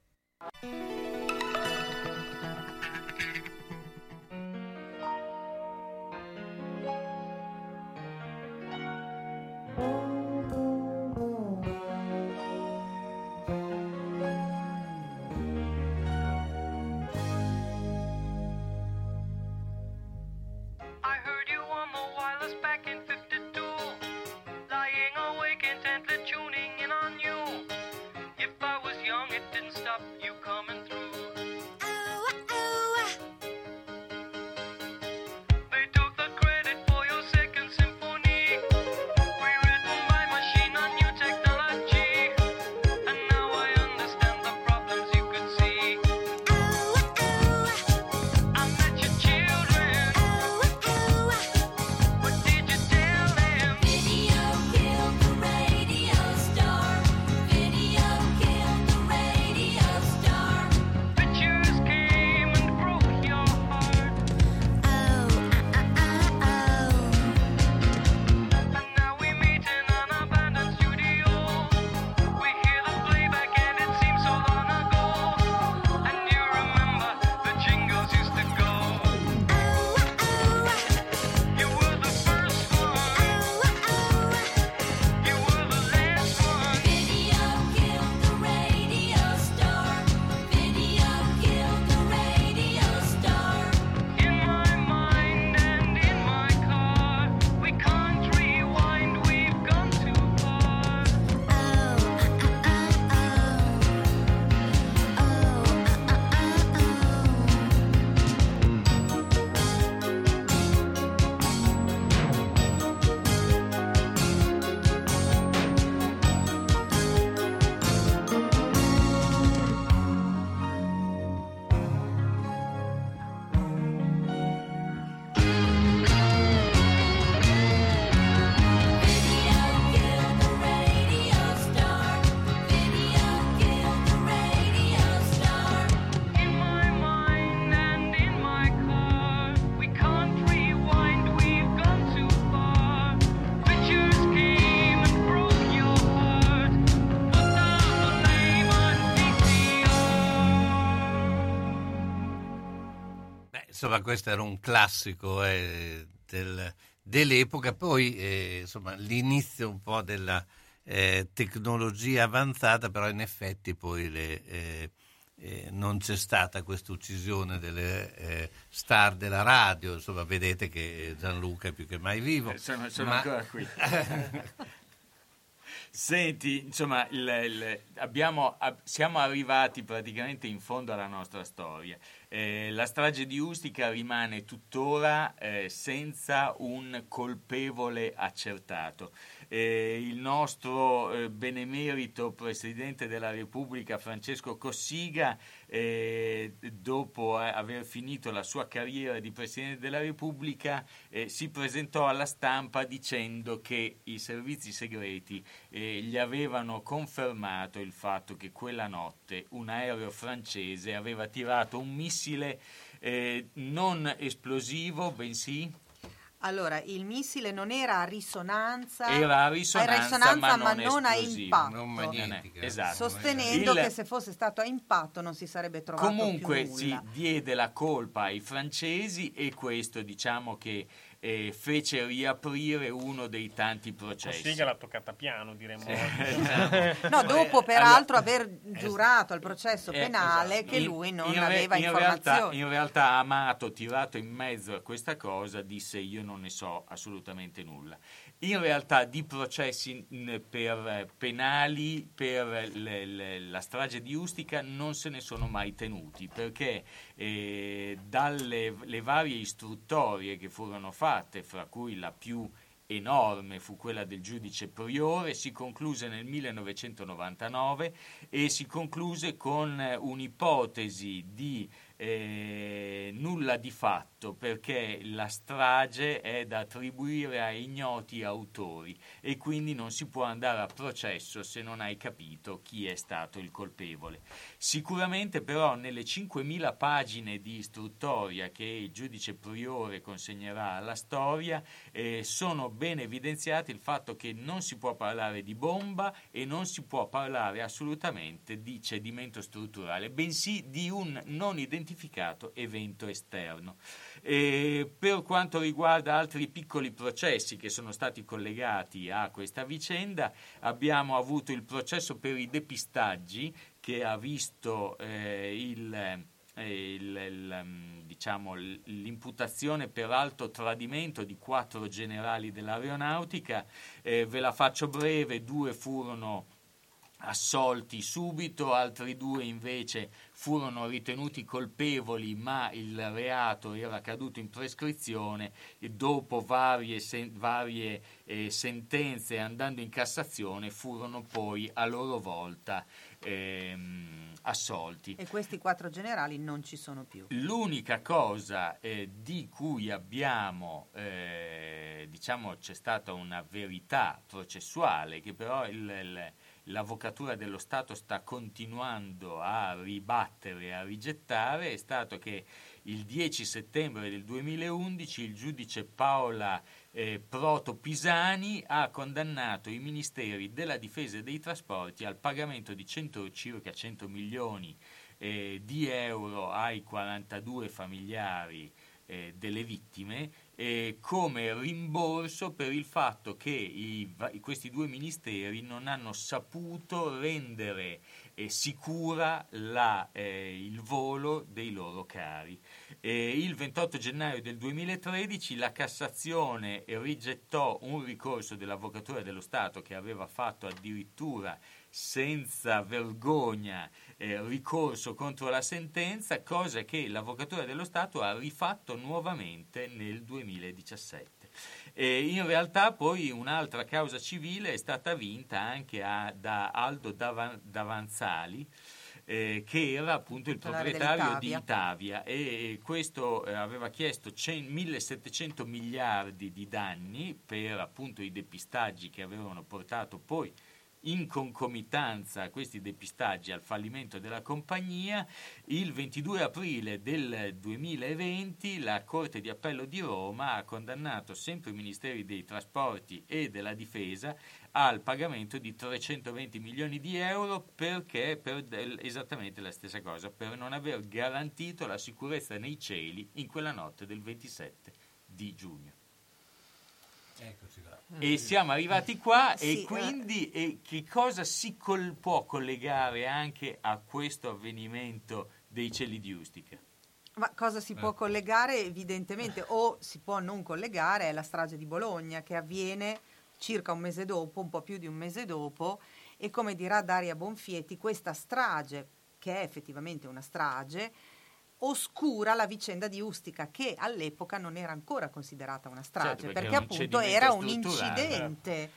Insomma, questo era un classico eh, del, dell'epoca, poi eh, insomma, l'inizio un po' della eh, tecnologia avanzata, però in effetti poi le, eh, eh, non c'è stata questa uccisione delle eh, star della radio. Insomma, vedete che Gianluca è più che mai vivo. Eh, sono sono ma... ancora qui. Senti, insomma, il, il, abbiamo, siamo arrivati praticamente in fondo alla nostra storia. Eh, la strage di Ustica rimane tuttora eh, senza un colpevole accertato. Eh, il nostro eh, benemerito Presidente della Repubblica Francesco Cossiga, eh, dopo eh, aver finito la sua carriera di Presidente della Repubblica, eh, si presentò alla stampa dicendo che i servizi segreti eh, gli avevano confermato il fatto che quella notte un aereo francese aveva tirato un missile eh, non esplosivo, bensì... Allora, il missile non era a risonanza, era a risonanza, a risonanza ma, ma non, non a esplosivo, impatto, non magnetica. Esatto. sostenendo il... che se fosse stato a impatto non si sarebbe trovato Comunque più nulla. si diede la colpa ai francesi e questo diciamo che eh, fece riaprire uno dei tanti processi. Cossiga l'ha toccata piano, diremmo. Esatto. No, dopo peraltro allora, aver giurato al processo eh, penale esatto. che lui non in, aveva in informazioni. Realtà, in realtà Amato, tirato in mezzo a questa cosa, disse io non ne so assolutamente nulla. In realtà di processi per penali per le, le, la strage di Ustica non se ne sono mai tenuti, perché eh, dalle le varie istruttorie che furono fatte, fra cui la più enorme fu quella del giudice Priore, si concluse nel millenovecentonovantanove e si concluse con un'ipotesi di eh, nulla di fatto, perché la strage è da attribuire a ignoti autori e quindi non si può andare a processo se non hai capito chi è stato il colpevole. Sicuramente però nelle cinquemila pagine di istruttoria che il giudice Priore consegnerà alla storia eh, sono ben evidenziati il fatto che non si può parlare di bomba e non si può parlare assolutamente di cedimento strutturale, bensì di un non identificato evento esterno. E per quanto riguarda altri piccoli processi che sono stati collegati a questa vicenda, abbiamo avuto il processo per i depistaggi che ha visto eh, il Il, il, diciamo, l'imputazione per alto tradimento di quattro generali dell'aeronautica. Eh, ve la faccio breve: due furono assolti subito, altri due invece furono ritenuti colpevoli, ma il reato era caduto in prescrizione e dopo varie, sen- varie eh, sentenze andando in Cassazione furono poi a loro volta ehm, assolti. E questi quattro generali non ci sono più. L'unica cosa eh, di cui abbiamo, eh, diciamo, c'è stata una verità processuale che però il, il l'Avvocatura dello Stato sta continuando a ribattere e a rigettare, è stato che il dieci settembre del duemilaundici il giudice Paola eh, Proto Pisani ha condannato i ministeri della difesa e dei trasporti al pagamento di cento, circa cento milioni eh, di euro ai quarantadue familiari eh, delle vittime, eh, come rimborso per il fatto che i, questi due ministeri non hanno saputo rendere eh, sicura la, eh, il volo dei loro cari. Eh, il ventotto gennaio del duemilatredici la Cassazione rigettò un ricorso dell'Avvocatura dello Stato che aveva fatto addirittura senza vergogna eh, ricorso contro la sentenza, cosa che l'Avvocatura dello Stato ha rifatto nuovamente nel duemiladiciassette. E in realtà poi un'altra causa civile è stata vinta anche a, da Aldo Davan, Davanzali, eh, che era appunto il proprietario di Itavia, e questo eh, aveva chiesto millesettecento miliardi di danni per appunto i depistaggi che avevano portato poi in concomitanza a questi depistaggi al fallimento della compagnia. Il ventidue aprile del duemilaventi la Corte di Appello di Roma ha condannato sempre i Ministeri dei Trasporti e della Difesa al pagamento di trecentoventi milioni di euro perché per esattamente la stessa cosa, per non aver garantito la sicurezza nei cieli in quella notte del ventisette di giugno. Eccoci qua. E siamo arrivati qua Sì, e quindi e che cosa si col- può collegare anche a questo avvenimento dei cieli di Ustica? Ma cosa si può collegare? Evidentemente, o si può non collegare, è la strage di Bologna che avviene circa un mese dopo, un po' più di un mese dopo, e come dirà Daria Bonfietti, questa strage, che è effettivamente una strage, oscura la vicenda di Ustica, che all'epoca non era ancora considerata una strage, Certo, perché perché, è un appunto cedimento era un strutturale. incidente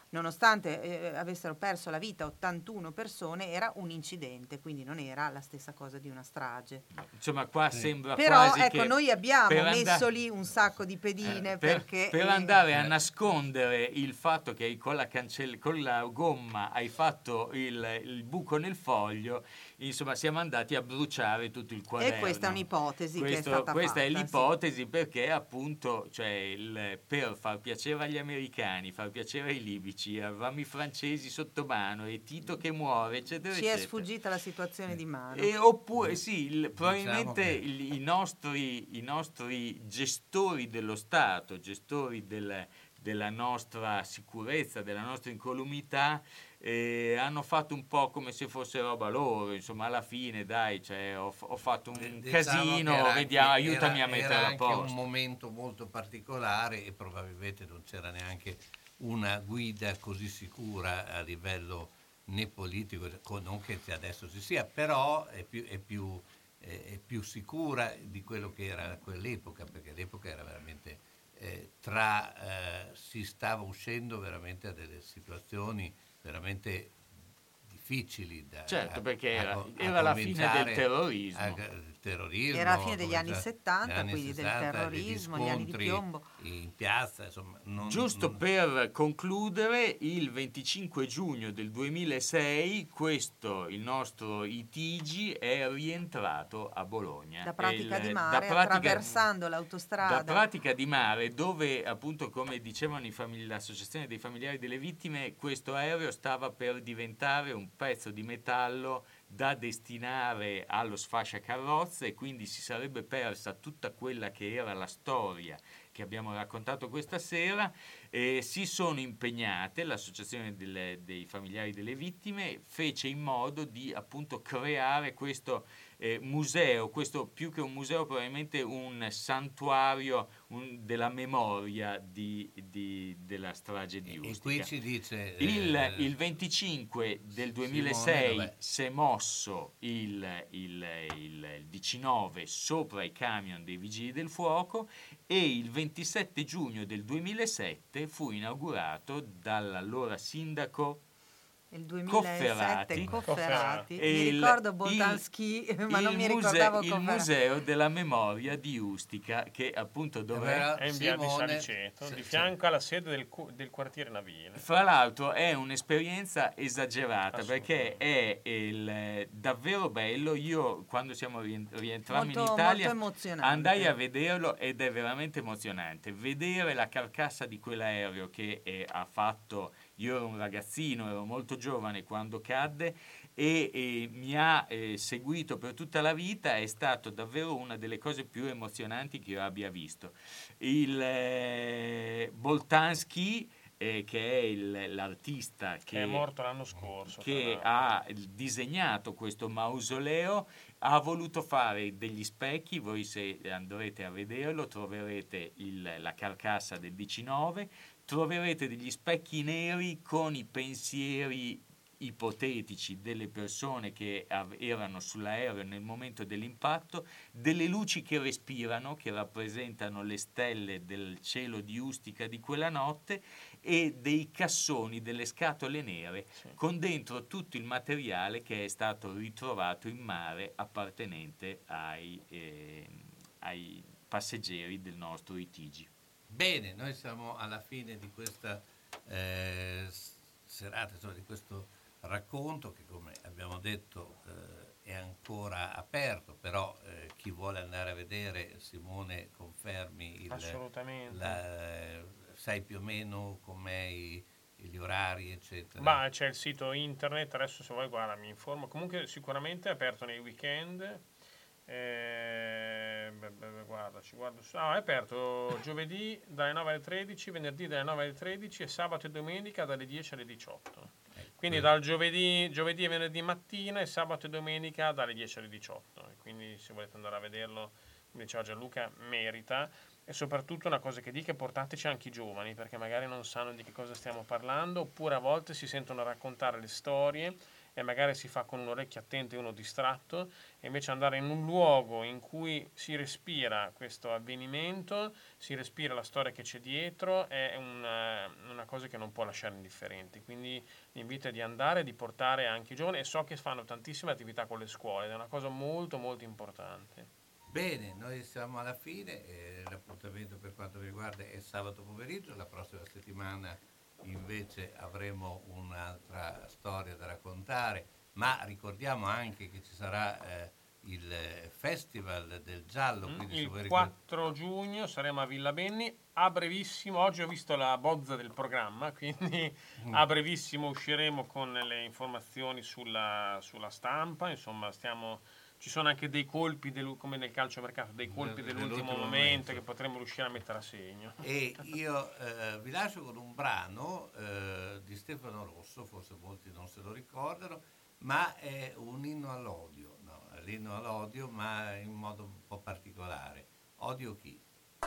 nonostante eh, avessero perso la vita ottantuno persone, era un incidente, quindi non era la stessa cosa di una strage. Insomma, qua sembra Però quasi ecco, che noi abbiamo per messo andare- lì un sacco di pedine Eh, per, perché per eh, andare a nascondere il fatto che con la, cancell- con la gomma hai fatto il, il buco nel foglio, insomma siamo andati a bruciare tutto il quaderno. e questa è un'ipotesi che è Questo- stata questa fatta. è sì. l'ipotesi perché appunto cioè, il- per far piacere agli americani, far piacere ai libici, avevamo i francesi sotto mano e Tito che muore, eccetera, Ci è eccetera. sfuggita la situazione di mano. E oppure sì, il- Diciamo probabilmente che- il- i, nostri, i nostri gestori dello Stato, gestori del- della nostra sicurezza, della nostra incolumità, eh, hanno fatto un po' come se fosse roba loro, insomma alla fine dai, cioè, ho, ho fatto un Diciamo che casino, era vediamo, anche- aiutami era- a mettere era a anche posto. un momento molto particolare e probabilmente non c'era neanche una guida così sicura a livello né politico, co- non che adesso ci sia, però è più, è più, è- è più sicura di quello che era quell'epoca, perché l'epoca era veramente eh, tra eh, si stava uscendo veramente a delle situazioni veramente difficili da, Certo, a- perché a- era- a era la fine del cominciare terrorismo. a- il terrorismo Era la fine degli anni cominciare- settanta, negli anni quindi del sessanta, terrorismo, degli gli anni di scontri piombo. in piazza, insomma, non- Giusto per concludere, il venticinque giugno del duemilasei questo, il nostro I T G è rientrato a Bologna. Da Pratica Il- di da Mare, Pratica- attraversando l'autostrada. Da Pratica di Mare, dove appunto come dicevano i famigli- l'associazione dei familiari delle vittime, questo aereo stava per diventare un pezzo di metallo da destinare allo sfasciacarrozze e quindi si sarebbe persa tutta quella che era la storia che abbiamo raccontato questa sera. Eh, si sono impegnate, l'associazione delle- dei familiari delle vittime fece in modo di appunto creare questo eh, museo, questo più che un museo probabilmente un santuario un- della memoria di, di- della strage di Ustica. E qui ci dice Il, eh, il venticinque del Simone, duemilasei dov'è? si è mosso il, il, il, il diciannove sopra i camion dei Vigili del Fuoco e il ventisette giugno del duemilasette fu inaugurato dall'allora sindaco Il duemilasette Cofferati, Cofferati. E Mi il- ricordo il- Boltanski, ma il non mi muse- ricordavo il Cofferati. museo della memoria di Ustica che appunto dov'è? È in via di Simone- Saliceto, sì, di sì. fianco alla sede del, cu- del quartiere navile. Fra l'altro è un'esperienza esagerata perché è il- davvero bello. Io quando siamo rien- rientrammo Molto- in Italia molto emozionante. andai a vederlo ed è veramente emozionante. Vedere la carcassa di quell'aereo che eh, ha fatto, io ero un ragazzino, ero molto giovane quando cadde e, e mi ha eh, seguito per tutta la vita, è stato davvero una delle cose più emozionanti che io abbia visto. Il eh, Boltanski eh, che è il- l'artista che, Che è morto l'anno scorso. che tra l'altro. ha disegnato questo mausoleo, ha voluto fare degli specchi. Voi se andrete a vederlo troverete il- la carcassa del diciannove, troverete degli specchi neri con i pensieri ipotetici delle persone che av- erano sull'aereo nel momento dell'impatto, delle luci che respirano, che rappresentano le stelle del cielo di Ustica di quella notte, e dei cassoni, delle scatole nere, con dentro tutto il materiale che è stato ritrovato in mare appartenente ai, eh, ai passeggeri del nostro I T G. Bene, noi siamo alla fine di questa eh, s- serata, insomma, di questo racconto che, come abbiamo detto, eh, è ancora aperto, però eh, chi vuole andare a vedere, Simone, confermi il, Assolutamente. la- sai più o meno com'è i- gli orari, eccetera. Ma c'è il sito internet, adesso se vuoi guarda mi informo, comunque sicuramente è aperto nei weekend. Eh, beh, beh, guarda, ci guardo su- ah, è aperto giovedì dalle nove alle tredici, venerdì dalle nove alle tredici e sabato e domenica dalle dieci alle diciotto. Quindi dal giovedì, giovedì e venerdì mattina e sabato e domenica dalle dieci alle diciotto. E quindi se volete andare a vederlo, come diceva Gianluca, merita. E soprattutto una cosa che dica, portateci anche i giovani, perché magari non sanno di che cosa stiamo parlando, oppure a volte si sentono raccontare le storie e magari si fa con un orecchio attento e uno distratto, e invece andare in un luogo in cui si respira questo avvenimento, si respira la storia che c'è dietro, è una, una cosa che non può lasciare indifferenti. Quindi l'invito è di andare, di portare anche i giovani, e so che fanno tantissime attività con le scuole, ed è una cosa molto molto importante. Bene, noi siamo alla fine, eh, l'appuntamento per quanto mi riguarda è sabato pomeriggio, la prossima settimana invece avremo un'altra storia da raccontare, ma ricordiamo anche che ci sarà eh, il Festival del Giallo. Mm, quindi il se vuoi quattro giugno saremo a Villa Benni, a brevissimo, oggi ho visto la bozza del programma, quindi Mm. a brevissimo usciremo con le informazioni sulla, sulla stampa, insomma stiamo... Ci sono anche dei colpi, del, come nel calciomercato, dei colpi Del- dell'ultimo dell'ultimo momento, momento. che potremmo riuscire a mettere a segno. E io eh, vi lascio con un brano eh, di Stefano Rosso, forse molti non se lo ricordano, ma è un inno all'odio, no? L'inno all'odio, ma in modo un po' particolare. Odio chi?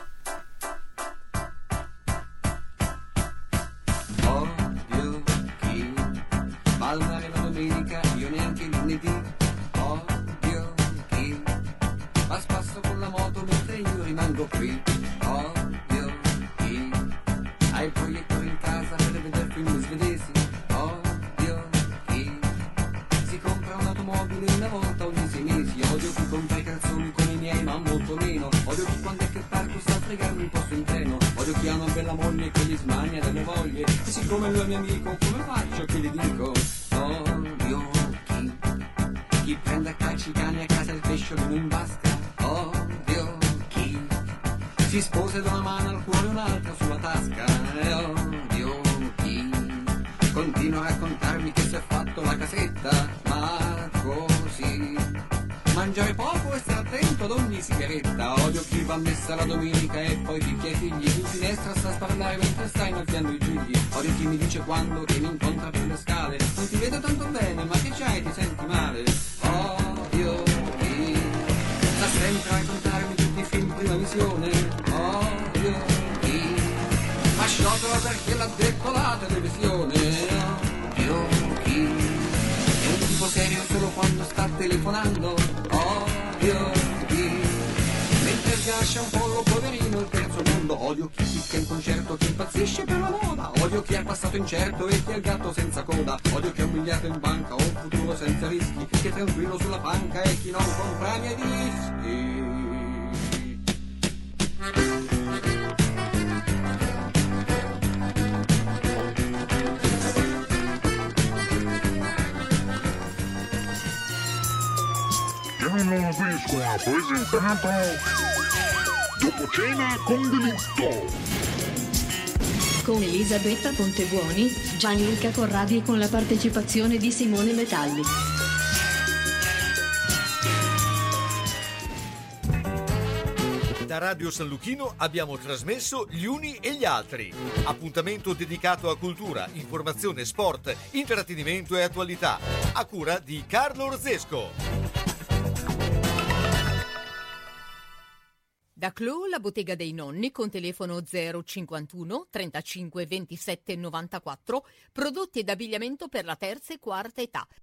Odio chi va al mare la domenica, io neanche il lunedì. Odio chi va a spasso con la moto mentre io rimango qui. Odio chi ha il proiettore in casa per vedere film svedesi. Odio chi si compra un'automobile una volta ogni sei mesi. Odio chi compra i calzoni con i miei ma molto meno. Odio chi quando è che parto sta a fregarmi il posto in treno. Odio chi ha una bella moglie che gli smania delle voglie. E siccome lui è mio amico come faccio che gli dico? Odio chi chi prende a calci i cani a casa il pesce che non basta. Odio chi si sposa da una mano al cuore un'altra sulla tasca. E odio chi continua a raccontarmi che si è fatto la casetta. Ma così mangiare poco e stare attento ad ogni sigaretta. Odio chi va a messa la domenica e poi picchia i figli. In finestra sta a sparlare mentre sta innalzando i gigli. Odio chi mi dice quando che mi incontra per le scale: non ti vedo tanto bene, ma che c'hai, ti senti male? Odio chi sta sempre a raccontarmi tutti i film prima visione. Odio chi fa sciopero perché l'ha detto la televisione. Odio chi è un tipo serio solo quando sta telefonando. Odio chi mentre sgascia un pollo poverino il terzo mondo. Odio chi picchia in concerto, chi impazzisce per la moda. Odio chi è passato incerto e chi è il gatto senza coda. Odio chi ha un miliardo in banca o un futuro senza rischi, chi è tranquillo sulla panca e chi non compra i miei dischi. Giallo Vesco ha presentato Dopo cena con delitto. Con Elisabetta Pontebuoni, Gianluca Corradi e con la partecipazione di Simone Metalli. Da Radio San Luchino abbiamo trasmesso Gli Uni e gli Altri. Appuntamento dedicato a cultura, informazione, sport, intrattenimento e attualità. A cura di Carlo Orzesco. Da Clou, la bottega dei nonni, con telefono zero cinquantuno trentacinque ventisette novantaquattro, prodotti ed abbigliamento per la terza e quarta età.